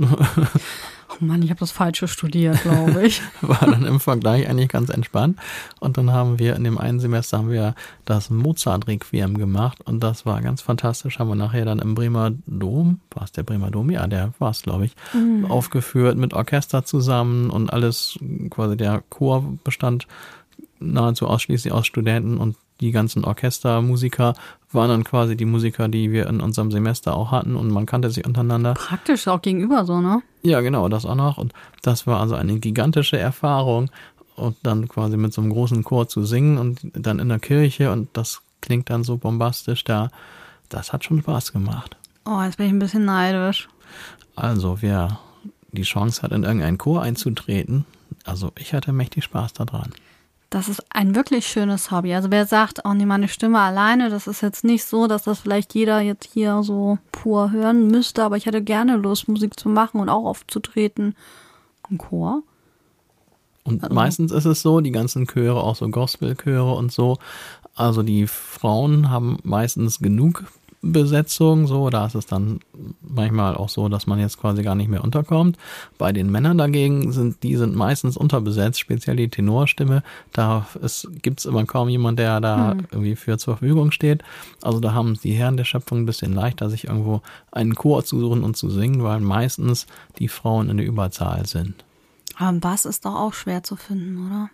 Oh Mann, ich habe das Falsche studiert, glaube ich. War dann im Vergleich eigentlich ganz entspannt. Und dann haben wir in dem einen Semester haben wir das Mozart-Requiem gemacht und das war ganz fantastisch. Haben wir nachher dann im Bremer Dom, war es der Bremer Dom? Ja, der war es, glaube ich, mhm. aufgeführt mit Orchester zusammen und alles, quasi der Chor bestand nahezu ausschließlich aus Studenten und die ganzen Orchestermusiker waren dann quasi die Musiker, die wir in unserem Semester auch hatten und man kannte sich untereinander. Praktisch auch gegenüber so, ne? Ja, genau, das auch noch und das war also eine gigantische Erfahrung und dann quasi mit so einem großen Chor zu singen und dann in der Kirche und das klingt dann so bombastisch da, das hat schon Spaß gemacht. Oh, jetzt bin ich ein bisschen neidisch. Also, wer die Chance hat, in irgendeinen Chor einzutreten, also ich hatte mächtig Spaß daran. Das ist ein wirklich schönes Hobby. Also wer sagt, oh nee, meine Stimme alleine, das ist jetzt nicht so, dass das vielleicht jeder jetzt hier so pur hören müsste, aber ich hätte gerne Lust, Musik zu machen und auch aufzutreten. Ein Chor. Und also meistens ist es so, die ganzen Chöre, auch so Gospelchöre und so, also die Frauen haben meistens genug Besetzung, so, da ist es dann manchmal auch so, dass man jetzt quasi gar nicht mehr unterkommt. Bei den Männern dagegen sind, die sind meistens unterbesetzt, speziell die Tenorstimme, da gibt es immer kaum jemand, der da hm. irgendwie für zur Verfügung steht. Also da haben die Herren der Schöpfung ein bisschen leichter, sich irgendwo einen Chor zu suchen und zu singen, weil meistens die Frauen in der Überzahl sind. Aber Bass ist doch auch schwer zu finden, oder?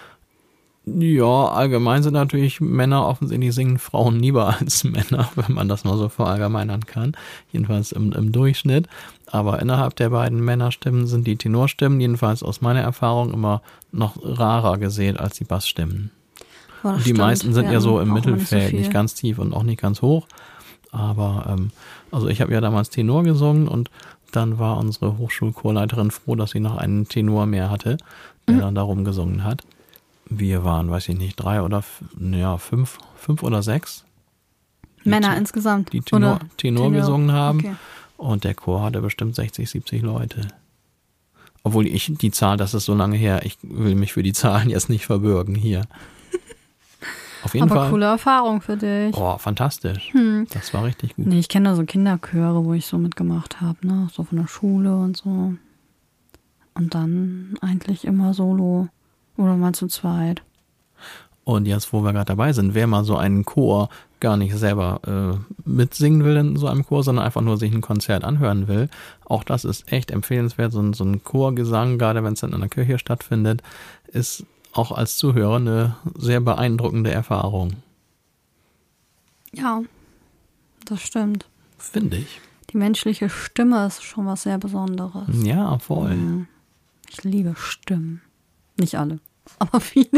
Ja, allgemein sind natürlich Männer offensichtlich singen Frauen lieber als Männer, wenn man das mal so verallgemeinern kann. Jedenfalls im, im Durchschnitt. Aber innerhalb der beiden Männerstimmen sind die Tenorstimmen, jedenfalls aus meiner Erfahrung, immer noch rarer gesät als die Bassstimmen. Oh, und die stimmt. meisten sind ja, ja so im Mittelfeld, nicht, so nicht ganz tief und auch nicht ganz hoch. Aber ähm, also ich habe ja damals Tenor gesungen und dann war unsere Hochschulchorleiterin froh, dass sie noch einen Tenor mehr hatte, der mhm. dann darum gesungen hat. Wir waren, weiß ich nicht, drei oder ja, fünf, fünf oder sechs. Männer die, insgesamt. Die Tenor, Tenor, Tenor gesungen haben. Okay. Und der Chor hatte bestimmt sechzig, siebzig Leute. Obwohl ich die Zahl, das ist so lange her, ich will mich für die Zahlen jetzt nicht verbürgen hier. Auf jeden Aber Fall. coole Erfahrung für dich. Oh, fantastisch. Hm. Das war richtig gut. Nee, ich kenne da so Kinderchöre, wo ich so mitgemacht habe, ne? So von der Schule und so. Und dann eigentlich immer solo oder mal zu zweit. Und jetzt, wo wir gerade dabei sind, wer mal so einen Chor gar nicht selber äh, mitsingen will in so einem Chor, sondern einfach nur sich ein Konzert anhören will, auch das ist echt empfehlenswert. So ein, so ein Chorgesang, gerade wenn es dann in der Kirche stattfindet, ist auch als Zuhörer eine sehr beeindruckende Erfahrung. Ja, das stimmt. Finde ich. Die menschliche Stimme ist schon was sehr Besonderes. Ja, voll. Mhm. Ich liebe Stimmen. Nicht alle, aber viele.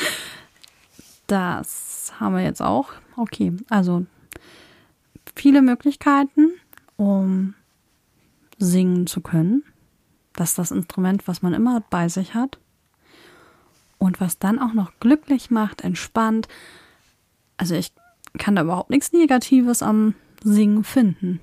Das haben wir jetzt auch. Okay, also viele Möglichkeiten, um singen zu können. Das ist das Instrument, was man immer bei sich hat. Und was dann auch noch glücklich macht, entspannt. Also ich kann da überhaupt nichts Negatives am Singen finden.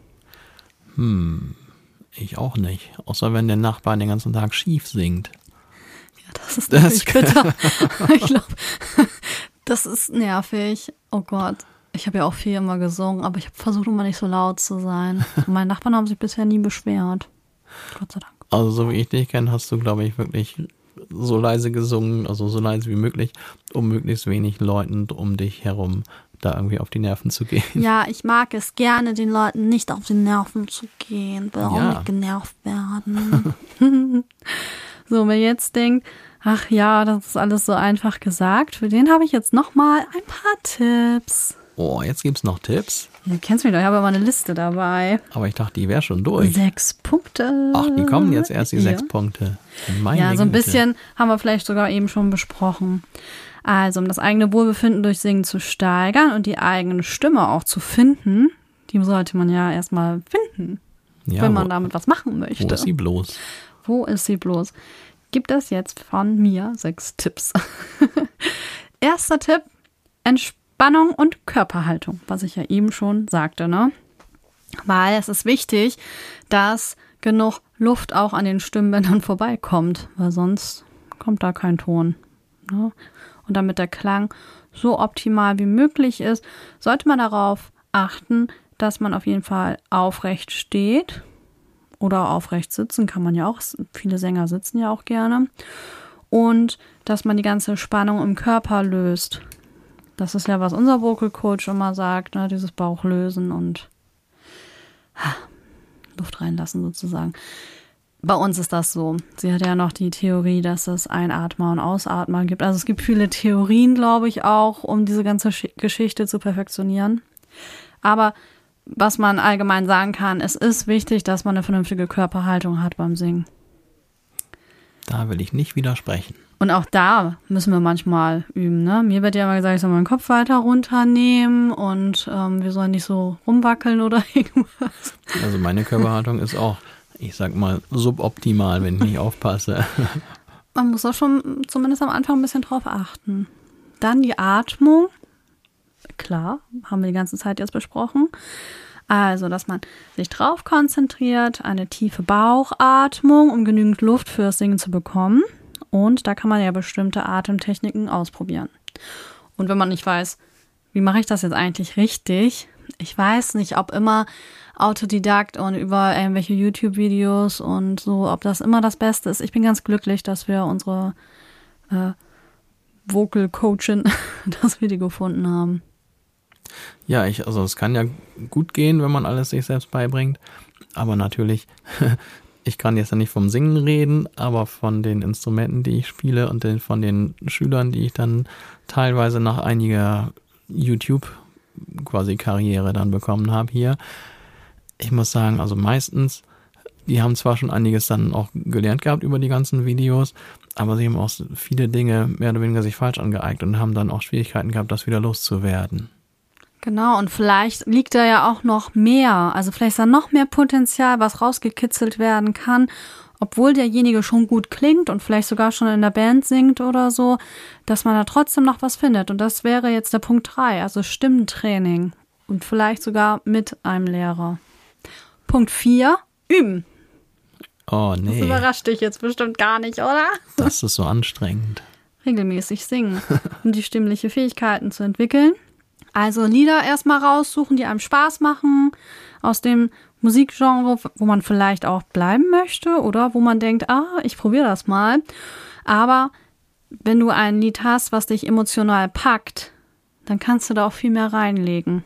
Hm, ich auch nicht. Außer wenn der Nachbar den ganzen Tag schief singt. Ja, das ist natürlich das bitter. Ich glaube, das ist nervig. Oh Gott. Ich habe ja auch viel immer gesungen, aber ich habe versucht, immer nicht so laut zu sein. Und meine Nachbarn haben sich bisher nie beschwert. Gott sei Dank. Also so wie ich dich kenne, hast du, glaube ich, wirklich so leise gesungen, also so leise wie möglich, um möglichst wenig Leuten um dich herum da irgendwie auf die Nerven zu gehen. Ja, ich mag es gerne, den Leuten nicht auf die Nerven zu gehen, will auch Ja. nicht genervt werden. So, wer jetzt denkt, ach ja, das ist alles so einfach gesagt, für den habe ich jetzt nochmal ein paar Tipps. Oh, jetzt gibt's noch Tipps. Du kennst mich doch, ich habe immer eine Liste dabei. Aber ich dachte, die wäre schon durch. Sechs Punkte. Ach, die kommen jetzt erst, die Ja. sechs Punkte. Meine Ja, so ein Güte. bisschen haben wir vielleicht sogar eben schon besprochen. Also, um das eigene Wohlbefinden durch Singen zu steigern und die eigene Stimme auch zu finden, die sollte man ja erstmal finden, Ja, wenn man wo, damit was machen möchte. wo ist sie bloß? Wo ist sie bloß? Gibt es jetzt von mir sechs Tipps. Erster Tipp, Entspannung und Körperhaltung, was ich ja eben schon sagte, ne? Weil es ist wichtig, dass genug Luft auch an den Stimmbändern vorbeikommt, weil sonst kommt da kein Ton. Ne? Und damit der Klang so optimal wie möglich ist, sollte man darauf achten, dass man auf jeden Fall aufrecht steht oder aufrecht sitzen, kann man ja auch. Viele Sänger sitzen ja auch gerne. Und dass man die ganze Spannung im Körper löst. Das ist ja, was unser Vocal Coach immer sagt, ne? Dieses Bauchlösen und ha, Luft reinlassen sozusagen. Bei uns ist das so. Sie hat ja noch die Theorie, dass es Einatmer und Ausatmer gibt. Also es gibt viele Theorien, glaube ich, auch, um diese ganze Sch- Geschichte zu perfektionieren. Aber was man allgemein sagen kann, es ist wichtig, dass man eine vernünftige Körperhaltung hat beim Singen. Da will ich nicht widersprechen. Und auch da müssen wir manchmal üben. Ne? Mir wird ja immer gesagt, ich soll meinen Kopf weiter runternehmen und ähm, wir sollen nicht so rumwackeln oder irgendwas. Also meine Körperhaltung ist auch, ich sag mal, suboptimal, wenn ich nicht aufpasse. Man muss auch schon zumindest am Anfang ein bisschen drauf achten. Dann die Atmung. Klar, haben wir die ganze Zeit jetzt besprochen. Also, dass man sich drauf konzentriert, eine tiefe Bauchatmung, um genügend Luft fürs Singen zu bekommen. Und da kann man ja bestimmte Atemtechniken ausprobieren. Und wenn man nicht weiß, wie mache ich das jetzt eigentlich richtig? Ich weiß nicht, ob immer Autodidakt und über irgendwelche YouTube-Videos und so, ob das immer das Beste ist. Ich bin ganz glücklich, dass wir unsere äh, Vocal Coachin, dass wir die gefunden haben. Ja, ich, also es kann ja gut gehen, wenn man alles sich selbst beibringt. Aber natürlich, ich kann jetzt ja nicht vom Singen reden, aber von den Instrumenten, die ich spiele und den, von den Schülern, die ich dann teilweise nach einiger YouTube quasi Karriere dann bekommen habe hier. Ich muss sagen, also meistens, die haben zwar schon einiges dann auch gelernt gehabt über die ganzen Videos, aber sie haben auch viele Dinge mehr oder weniger sich falsch angeeignet und haben dann auch Schwierigkeiten gehabt, das wieder loszuwerden. Genau, und vielleicht liegt da ja auch noch mehr. Also vielleicht ist da noch mehr Potenzial, was rausgekitzelt werden kann, obwohl derjenige schon gut klingt und vielleicht sogar schon in der Band singt oder so, dass man da trotzdem noch was findet. Und das wäre jetzt der Punkt drei, also Stimmentraining und vielleicht sogar mit einem Lehrer. Punkt vier, üben. Oh Das nee, überrascht dich jetzt bestimmt gar nicht, oder? das ist so anstrengend. regelmäßig singen, um die stimmliche Fähigkeiten zu entwickeln. Also Lieder erstmal raussuchen, die einem Spaß machen, aus dem Musikgenre, wo man vielleicht auch bleiben möchte oder wo man denkt, ah, ich probiere das mal. Aber wenn du ein Lied hast, was dich emotional packt, dann kannst du da auch viel mehr reinlegen.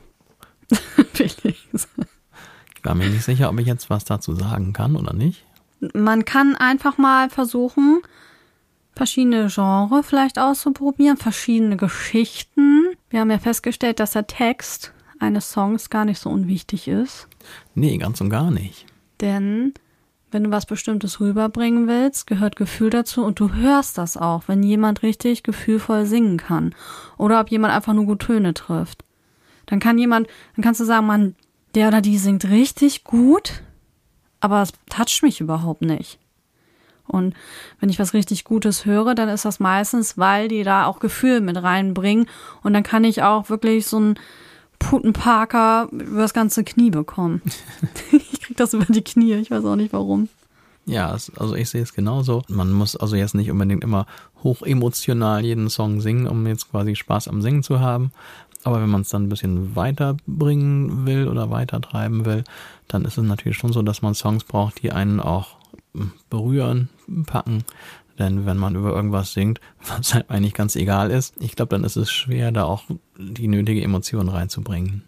Ich war mir nicht sicher, ob ich jetzt was dazu sagen kann oder nicht. Man kann einfach mal versuchen, verschiedene Genres vielleicht auszuprobieren, verschiedene Geschichten. Wir haben ja festgestellt, dass der Text eines Songs gar nicht so unwichtig ist. Nee, ganz und gar nicht. Denn wenn du was Bestimmtes rüberbringen willst, gehört Gefühl dazu und du hörst das auch, wenn jemand richtig gefühlvoll singen kann. Oder ob jemand einfach nur gut Töne trifft. Dann kann jemand, dann kannst du sagen, Mann, der oder die singt richtig gut, aber es toucht mich überhaupt nicht. Und wenn ich was richtig Gutes höre, dann ist das meistens, weil die da auch Gefühl mit reinbringen. Und dann kann ich auch wirklich so einen Putenparker über das ganze Knie bekommen. Ich krieg das über die Knie, ich weiß auch nicht warum. Ja, also ich sehe es genauso. Man muss also jetzt nicht unbedingt immer hochemotional jeden Song singen, um jetzt quasi Spaß am Singen zu haben. Aber wenn man es dann ein bisschen weiterbringen will oder weitertreiben will, dann ist es natürlich schon so, dass man Songs braucht, die einen auch berühren, packen. Denn wenn man über irgendwas singt, was halt eigentlich ganz egal ist, ich glaube, dann ist es schwer, da auch die nötige Emotion reinzubringen.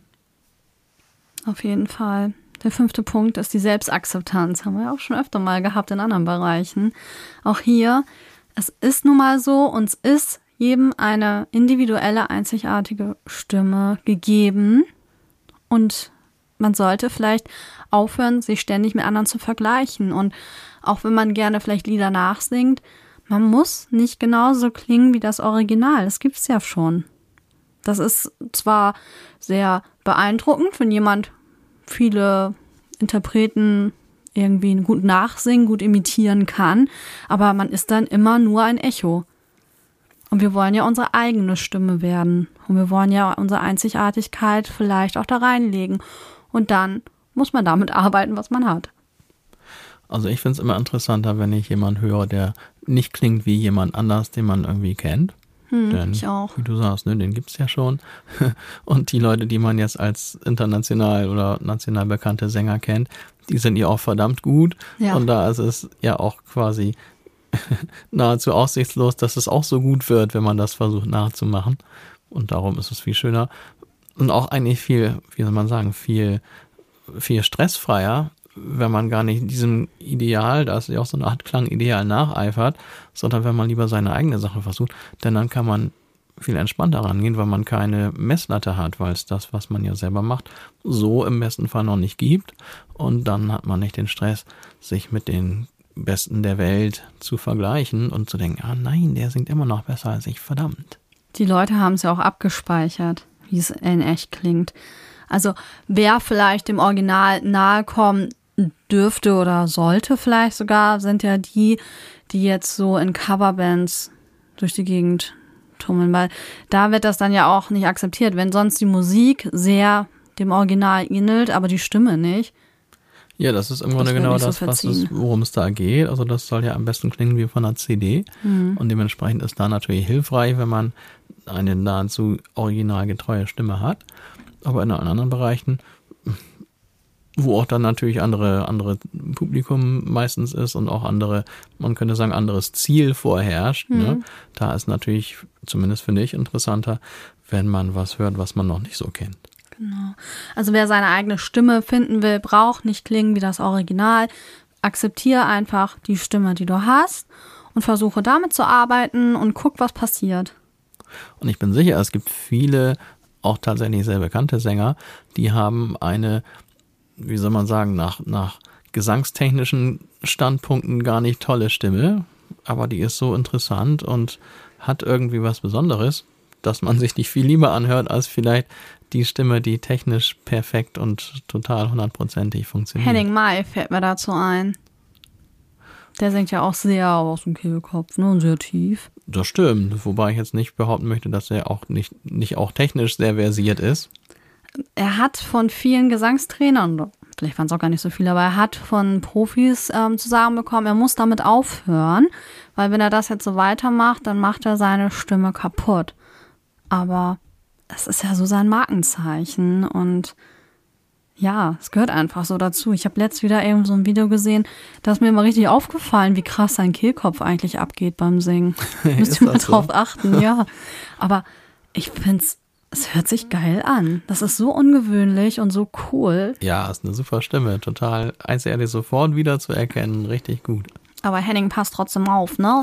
Auf jeden Fall. Der fünfte Punkt ist die Selbstakzeptanz. Haben wir ja auch schon öfter mal gehabt in anderen Bereichen. Auch hier, es ist nun mal so, uns ist jedem eine individuelle, einzigartige Stimme gegeben. Und man sollte vielleicht aufhören, sich ständig mit anderen zu vergleichen. Und auch wenn man gerne vielleicht Lieder nachsingt, man muss nicht genauso klingen wie das Original. Das gibt's ja schon. Das ist zwar sehr beeindruckend, wenn jemand viele Interpreten irgendwie gut nachsingen, gut imitieren kann, aber man ist dann immer nur ein Echo. Und wir wollen ja unsere eigene Stimme werden. Und wir wollen ja unsere Einzigartigkeit vielleicht auch da reinlegen. Und dann muss man damit arbeiten, was man hat. Also ich finde es immer interessanter, wenn ich jemanden höre, der nicht klingt wie jemand anders, den man irgendwie kennt. Hm, Denn, ich auch. wie du sagst, ne, den gibt's ja schon. Und die Leute, die man jetzt als international oder national bekannte Sänger kennt, die sind ja auch verdammt gut. Ja. Und da ist es ja auch quasi nahezu aussichtslos, dass es auch so gut wird, wenn man das versucht nachzumachen. Und darum ist es viel schöner und auch eigentlich viel, wie soll man sagen, viel, viel stressfreier, wenn man gar nicht diesem Ideal, da ist ja auch so eine Art Klangideal, nacheifert, sondern wenn man lieber seine eigene Sache versucht, denn dann kann man viel entspannter rangehen, weil man keine Messlatte hat, weil es das, was man ja selber macht, so im besten Fall noch nicht gibt. Und dann hat man nicht den Stress, sich mit den Besten der Welt zu vergleichen und zu denken, ah nein, der singt immer noch besser als ich, verdammt. Die Leute haben es ja auch abgespeichert, wie es in echt klingt. Also wer vielleicht dem Original nahe kommen dürfte oder sollte vielleicht sogar, sind ja die, die jetzt so in Coverbands durch die Gegend tummeln, weil da wird das dann ja auch nicht akzeptiert, wenn sonst die Musik sehr dem Original ähnelt, aber die Stimme nicht. Ja, das ist im Grunde genau das, so was es, worum es da geht. Also das soll ja am besten klingen wie von einer C D. Mhm. Und dementsprechend ist da natürlich hilfreich, wenn man eine nahezu originalgetreue Stimme hat. Aber in anderen Bereichen, wo auch dann natürlich andere, andere Publikum meistens ist und auch andere, man könnte sagen, anderes Ziel vorherrscht. Mhm. Ne? Da ist natürlich, zumindest finde ich, interessanter, wenn man was hört, was man noch nicht so kennt. Genau. Also wer seine eigene Stimme finden will, braucht nicht klingen wie das Original. Akzeptiere einfach die Stimme, die du hast und versuche damit zu arbeiten und guck, was passiert. Und ich bin sicher, es gibt viele, auch tatsächlich sehr bekannte Sänger, die haben eine, wie soll man sagen, nach, nach gesangstechnischen Standpunkten gar nicht tolle Stimme, aber die ist so interessant und hat irgendwie was Besonderes, dass man sich nicht viel lieber anhört, als vielleicht die Stimme, die technisch perfekt und total hundertprozentig funktioniert. Henning Mai fällt mir dazu ein. Der singt ja auch sehr aus dem Kehlkopf, ne, und sehr tief. Das stimmt, wobei ich jetzt nicht behaupten möchte, dass er auch nicht, nicht auch technisch sehr versiert ist. Er hat von vielen Gesangstrainern, vielleicht waren es auch gar nicht so viele, aber er hat von Profis ähm, zu sagen bekommen, er muss damit aufhören, weil wenn er das jetzt so weitermacht, dann macht er seine Stimme kaputt. Aber es ist ja so sein Markenzeichen und ja, es gehört einfach so dazu. Ich habe letztens wieder eben so ein Video gesehen, da ist mir immer richtig aufgefallen, wie krass sein Kehlkopf eigentlich abgeht beim Singen. Müsst ihr mal drauf so? achten, ja. Aber ich finde es, es hört sich geil an. Das ist so ungewöhnlich und so cool. Ja, ist eine super Stimme, total einzigartig, sofort wieder zu erkennen, richtig gut. Aber Henning passt trotzdem auf, ne?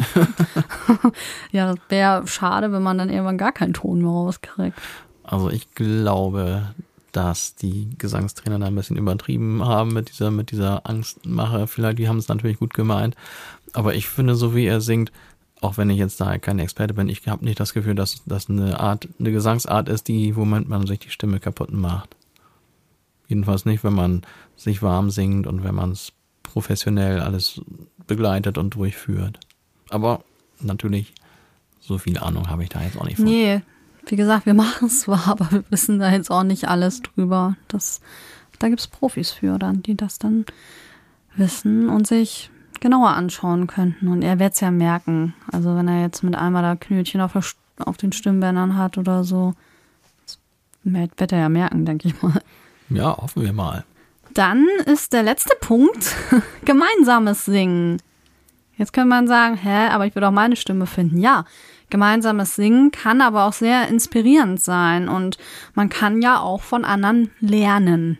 Ja, das wäre schade, wenn man dann irgendwann gar keinen Ton mehr rauskriegt. Also ich glaube, dass die Gesangstrainer da ein bisschen übertrieben haben mit dieser, mit dieser Angstmache. Vielleicht, die haben es natürlich gut gemeint. Aber ich finde, so wie er singt, auch wenn ich jetzt da kein Experte bin, ich habe nicht das Gefühl, dass das eine Art, eine Gesangsart ist, die, womit man sich die Stimme kaputt macht. Jedenfalls nicht, wenn man sich warm singt und wenn man es professionell alles begleitet und durchführt. Aber natürlich, so viel Ahnung habe ich da jetzt auch nicht von. Nee, wie gesagt, wir machen es zwar, aber wir wissen da jetzt auch nicht alles drüber. Das, da gibt es Profis für dann, die das dann wissen und sich genauer anschauen könnten. Und er wird es ja merken. Also wenn er jetzt mit einmal da Knötchen auf, der, auf den Stimmbändern hat oder so, das wird er ja merken, denke ich mal. Ja, hoffen wir mal. Dann ist der letzte Punkt gemeinsames Singen. Jetzt könnte man sagen, hä, aber ich will auch meine Stimme finden. Ja, gemeinsames Singen kann aber auch sehr inspirierend sein und man kann ja auch von anderen lernen.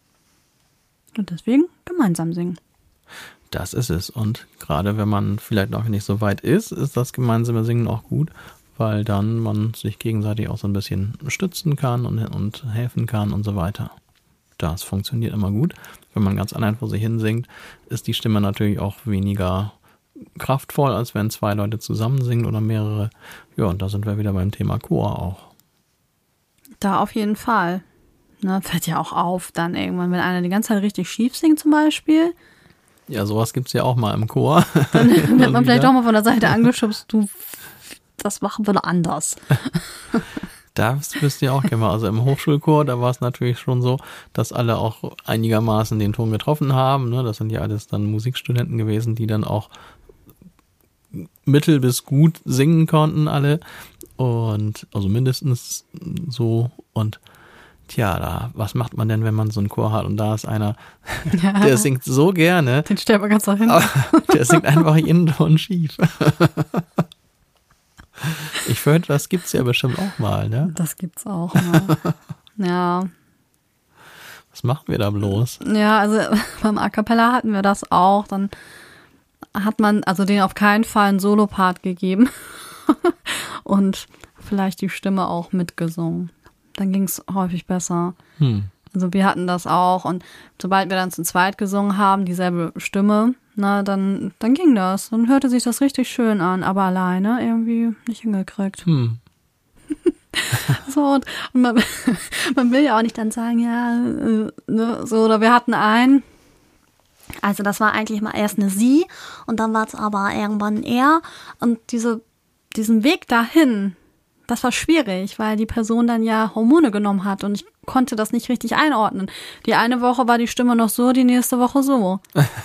Und deswegen gemeinsam singen. Das ist es. Und gerade wenn man vielleicht noch nicht so weit ist, ist das gemeinsame Singen auch gut, weil dann man sich gegenseitig auch so ein bisschen stützen kann und, und helfen kann und so weiter. Das funktioniert immer gut. Wenn man ganz allein vor sich hin singt, ist die Stimme natürlich auch weniger kraftvoll, als wenn zwei Leute zusammen singen oder mehrere. Ja, und da sind wir wieder beim Thema Chor auch. Da auf jeden Fall. Ne, fällt ja auch auf, dann irgendwann, wenn einer die ganze Zeit richtig schief singt zum Beispiel. Ja, sowas gibt's ja auch mal im Chor. Dann wird man vielleicht auch mal von der Seite angeschubst, du, das machen wir anders. Das wisst ihr auch gerne mal. Also im Hochschulchor, da war es natürlich schon so, dass alle auch einigermaßen den Ton getroffen haben. Ne? Das sind ja alles dann Musikstudenten gewesen, die dann auch mittel bis gut singen konnten alle. Und also mindestens so. Und tja, da, was macht man denn, wenn man so einen Chor hat und da ist einer, ja, der singt so gerne. Den stellt man ganz nach hinten. Der singt einfach jeden Ton schief. Ich finde, das gibt's ja bestimmt auch mal, ne? Das gibt's auch mal. Ja. Was machen wir da bloß? Ja, also beim A Cappella hatten wir das auch. Dann hat man also denen auf keinen Fall einen Solopart gegeben und vielleicht die Stimme auch mitgesungen. Dann ging's häufig besser. Hm. Also wir hatten das auch und sobald wir dann zu zweit gesungen haben, dieselbe Stimme, na, dann, dann ging das. Dann hörte sich das richtig schön an, aber alleine irgendwie nicht hingekriegt. Hm. So, und, und man, man will ja auch nicht dann sagen, ja, äh, ne, so, oder wir hatten einen, also das war eigentlich mal erst eine Sie und dann war es aber irgendwann ein Er und diese, diesen Weg dahin, das war schwierig, weil die Person dann ja Hormone genommen hat und ich konnte das nicht richtig einordnen. Die eine Woche war die Stimme noch so, die nächste Woche so.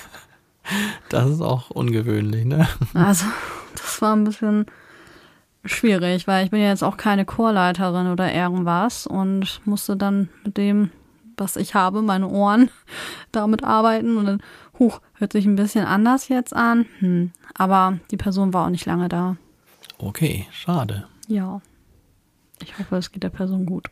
Das ist auch ungewöhnlich, ne? Also, das war ein bisschen schwierig, weil ich bin ja jetzt auch keine Chorleiterin oder irgendwas und musste dann mit dem, was ich habe, meine Ohren, damit arbeiten und dann, huch, hört sich ein bisschen anders jetzt an. Hm. Aber die Person war auch nicht lange da. Okay, schade. Ja. Ich hoffe, es geht der Person gut.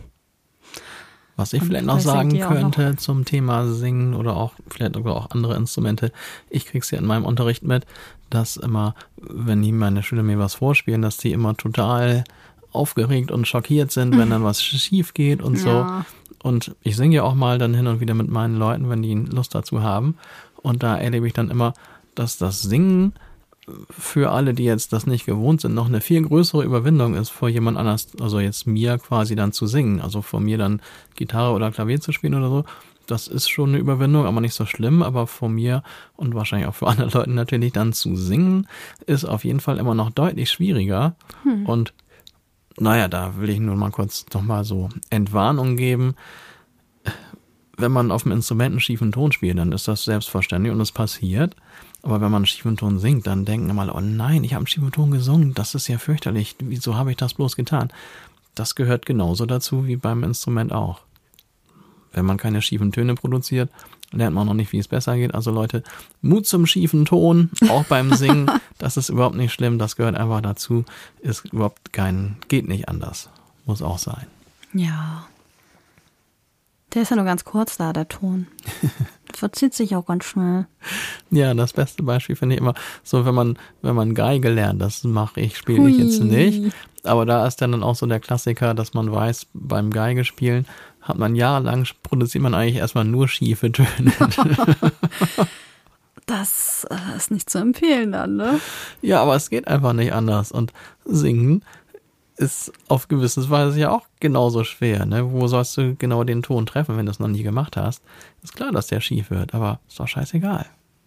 Was ich und vielleicht noch sagen könnte noch. Zum Thema Singen oder auch vielleicht sogar auch andere Instrumente. Ich krieg's ja in meinem Unterricht mit, dass immer, wenn die meine Schüler mir was vorspielen, dass die immer total aufgeregt und schockiert sind, wenn dann was schief geht und so. Ja. Und ich singe ja auch mal dann hin und wieder mit meinen Leuten, wenn die Lust dazu haben. Und da erlebe ich dann immer, dass das Singen für alle, die jetzt das nicht gewohnt sind, noch eine viel größere Überwindung ist, vor jemand anders, also jetzt mir quasi dann zu singen, also vor mir dann Gitarre oder Klavier zu spielen oder so. Das ist schon eine Überwindung, aber nicht so schlimm, aber vor mir und wahrscheinlich auch für andere Leute natürlich dann zu singen, ist auf jeden Fall immer noch deutlich schwieriger. Hm. Und naja, da will ich nur mal kurz nochmal so Entwarnung geben. wenn man auf dem Instrument einen schiefen Ton spielt, dann ist das selbstverständlich und es passiert. Aber wenn man einen schiefen Ton singt, dann denken immer, oh nein, ich habe einen schiefen Ton gesungen, das ist ja fürchterlich, wieso habe ich das bloß getan? Das gehört genauso dazu wie beim Instrument auch. Wenn man keine schiefen Töne produziert, lernt man noch nicht, wie es besser geht. Also Leute, Mut zum schiefen Ton, auch beim Singen, das ist überhaupt nicht schlimm, das gehört einfach dazu, ist überhaupt kein, geht nicht anders, muss auch sein. Ja. Der ist ja nur ganz kurz da, der Ton. Verzieht sich auch ganz schnell. Ja, das beste Beispiel finde ich immer, so wenn man, wenn man Geige lernt, das mache ich, spiele ich jetzt nicht. Aber da ist dann auch so der Klassiker, dass man weiß, beim Geigespielen hat man jahrelang, produziert man eigentlich erstmal nur schiefe Töne. Das äh, ist nicht zu empfehlen dann, ne? Ja, aber es geht einfach nicht anders. Und singen ist auf gewisse Weise ja auch genauso schwer, ne? Wo sollst du genau den Ton treffen, wenn du es noch nie gemacht hast? Ist klar, dass der schief wird, aber ist doch scheißegal.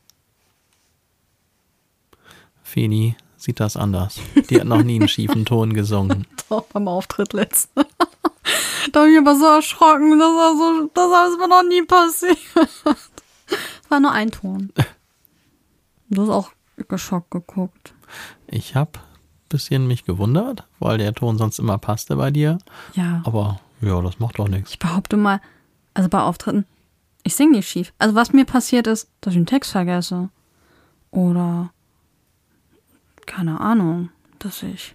Feni sieht das anders. Die hat noch nie einen schiefen Ton gesungen. Doch, beim Auftritt letztens. Da habe ich aber so erschrocken. Das, war so, das ist mir noch nie passiert. Es war nur ein Ton. Du hast auch geschockt geguckt. Ich habe bisschen mich gewundert, weil der Ton sonst immer passte bei dir. Ja. Aber ja, das macht doch nichts. Ich behaupte mal, also bei Auftritten, ich singe nicht schief. Also was mir passiert ist, dass ich einen Text vergesse. Oder, keine Ahnung, dass ich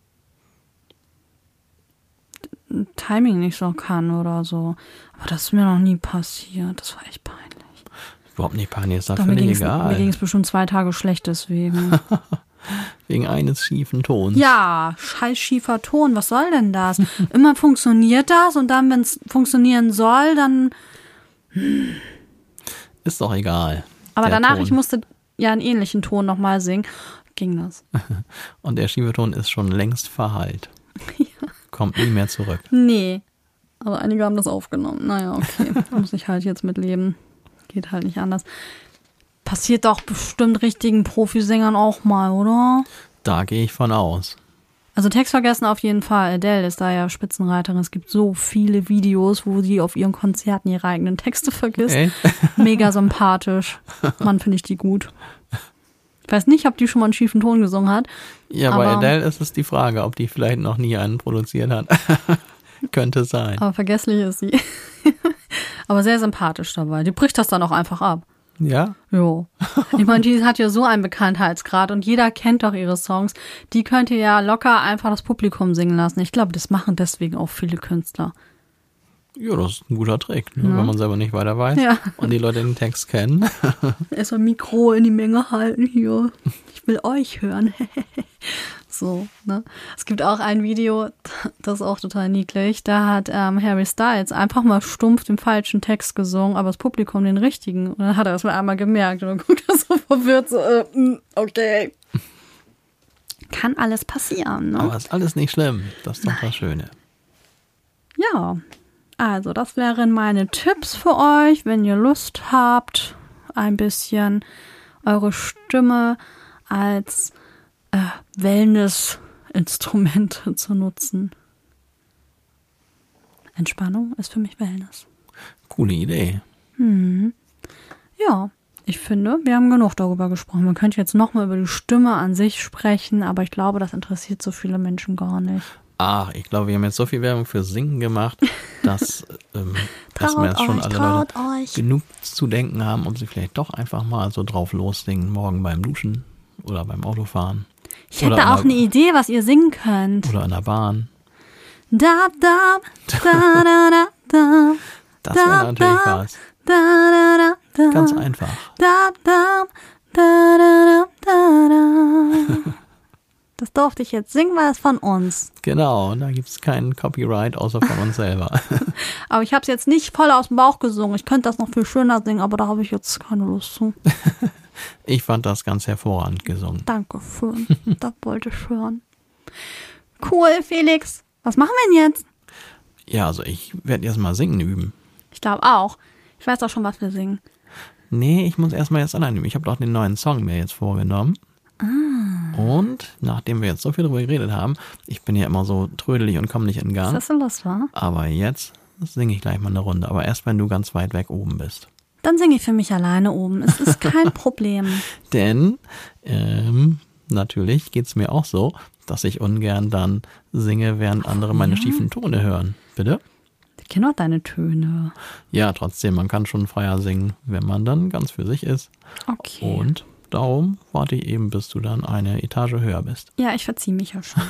Timing nicht so kann oder so. Aber das ist mir noch nie passiert. Das war echt peinlich. Überhaupt nicht peinlich, ist doch Doch, völlig mir egal. Mir ging es bestimmt zwei Tage schlecht deswegen. Wegen eines schiefen Tons. Ja, scheiß schiefer Ton, was soll denn das? Immer funktioniert das und dann, wenn es funktionieren soll, dann... Ist doch egal. Aber danach, Ton. Ich musste ja einen ähnlichen Ton nochmal singen, ging das. Und der schiefe Ton ist schon längst verhallt. Ja. Kommt nie mehr zurück. Nee, aber einige haben das aufgenommen. Naja, okay, da muss ich halt jetzt mit leben. Geht halt nicht anders. Passiert doch bestimmt richtigen Profisängern auch mal, oder? Da gehe ich von aus. Also Text vergessen auf jeden Fall. Adele ist da ja Spitzenreiterin. Es gibt so viele Videos, wo sie auf ihren Konzerten ihre eigenen Texte vergisst. Echt? Mega sympathisch. Mann, finde ich die gut. Ich weiß nicht, ob die schon mal einen schiefen Ton gesungen hat. Ja, bei Adele ist es die Frage, ob die vielleicht noch nie einen produziert hat. Könnte sein. Aber vergesslich ist sie. Aber sehr sympathisch dabei. Die bricht das dann auch einfach ab. Ja? Jo. Ich meine, die hat ja so einen Bekanntheitsgrad und jeder kennt doch ihre Songs. Die könnte ja locker einfach das Publikum singen lassen. Ich glaube, das machen deswegen auch viele Künstler. Ja, das ist ein guter Trick, ne? Ja. Wenn man selber nicht weiter weiß ja. und die Leute den Text kennen. Erstmal Mikro in die Menge halten hier. Ich will euch hören. So, ne? Es gibt auch ein Video, das ist auch total niedlich. Da hat ähm, Harry Styles einfach mal stumpf den falschen Text gesungen, aber das Publikum den richtigen. Und dann hat er das mal einmal gemerkt. Und dann guckt er so verwirrt, so, äh, okay. Kann alles passieren, ne? Aber ist alles nicht schlimm. Das ist doch das Schöne. Ja, also das wären meine Tipps für euch, wenn ihr Lust habt, ein bisschen eure Stimme als äh, Wellness-Instrument zu nutzen. Entspannung ist für mich Wellness. Coole Idee. Hm. Ja, ich finde, wir haben genug darüber gesprochen. Man könnte jetzt nochmal über die Stimme an sich sprechen, aber ich glaube, das interessiert so viele Menschen gar nicht. Ach, ich glaube, wir haben jetzt so viel Werbung für Singen gemacht, dass ähm, erstmal jetzt schon euch, alle Leute euch. genug zu denken haben, ob sie vielleicht doch einfach mal so drauf lossingen, morgen beim Duschen oder beim Autofahren. Ich hätte auch eine Idee, was ihr singen könnt. Oder an der Bahn. Da, da, da, da, da, da. Das wäre natürlich was. Da, da, da, da. Ganz einfach. Da, da, da, da, da, da. Das durfte ich jetzt singen, weil es von uns. Genau, da gibt es keinen Copyright, außer von uns selber. Aber ich habe es jetzt nicht voll aus dem Bauch gesungen. Ich könnte das noch viel schöner singen, aber da habe ich jetzt keine Lust zu. Ich fand das ganz hervorragend gesungen. Danke schön. Das wollte ich hören. Cool, Felix. Was machen wir denn jetzt? Ja, also ich werde erst mal singen üben. Ich glaube auch. Ich weiß auch schon, was wir singen. Nee, ich muss erst mal jetzt allein üben. Ich habe doch den neuen Song mir jetzt vorgenommen. Ah. Und nachdem wir jetzt so viel darüber geredet haben, ich bin ja immer so trödelig und komme nicht in Gang. Ist das so los, wa? Aber jetzt singe ich gleich mal eine Runde. Aber erst, wenn du ganz weit weg oben bist. Dann singe ich für mich alleine oben. Es ist kein Problem. Denn ähm, natürlich geht's mir auch so, dass ich ungern dann singe, während Oh, andere meine ja? schiefen Töne hören. Bitte? Ich kenne auch deine Töne. Ja, trotzdem, man kann schon freier singen, wenn man dann ganz für sich ist. Okay. Und darum warte ich eben, bis du dann eine Etage höher bist. Ja, ich verziehe mich ja schon.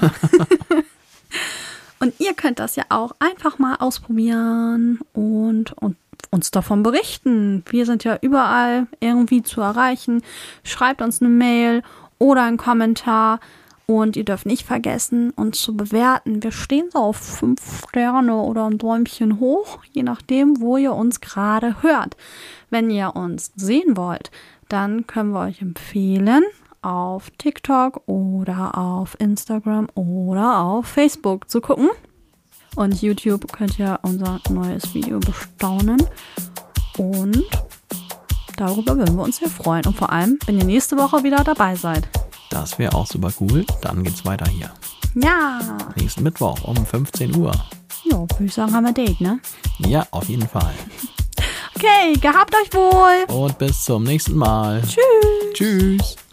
Und ihr könnt das ja auch einfach mal ausprobieren und, und uns davon berichten. Wir sind ja überall irgendwie zu erreichen. Schreibt uns eine Mail oder einen Kommentar. Und ihr dürft nicht vergessen, uns zu bewerten. Wir stehen so auf fünf Sterne oder ein Däumchen hoch, je nachdem, wo ihr uns gerade hört. Wenn ihr uns sehen wollt, dann können wir euch empfehlen, auf TikTok oder auf Instagram oder auf Facebook zu gucken. Und YouTube könnt ihr unser neues Video bestaunen. Und darüber würden wir uns sehr freuen. Und vor allem, wenn ihr nächste Woche wieder dabei seid. Das wäre auch super cool. Dann geht's weiter hier. Ja. Nächsten Mittwoch um fünfzehn Uhr. Ja, würde ich sagen, haben wir ein Date, ne? Ja, auf jeden Fall. Okay, gehabt euch wohl. Und bis zum nächsten Mal. Tschüss. Tschüss.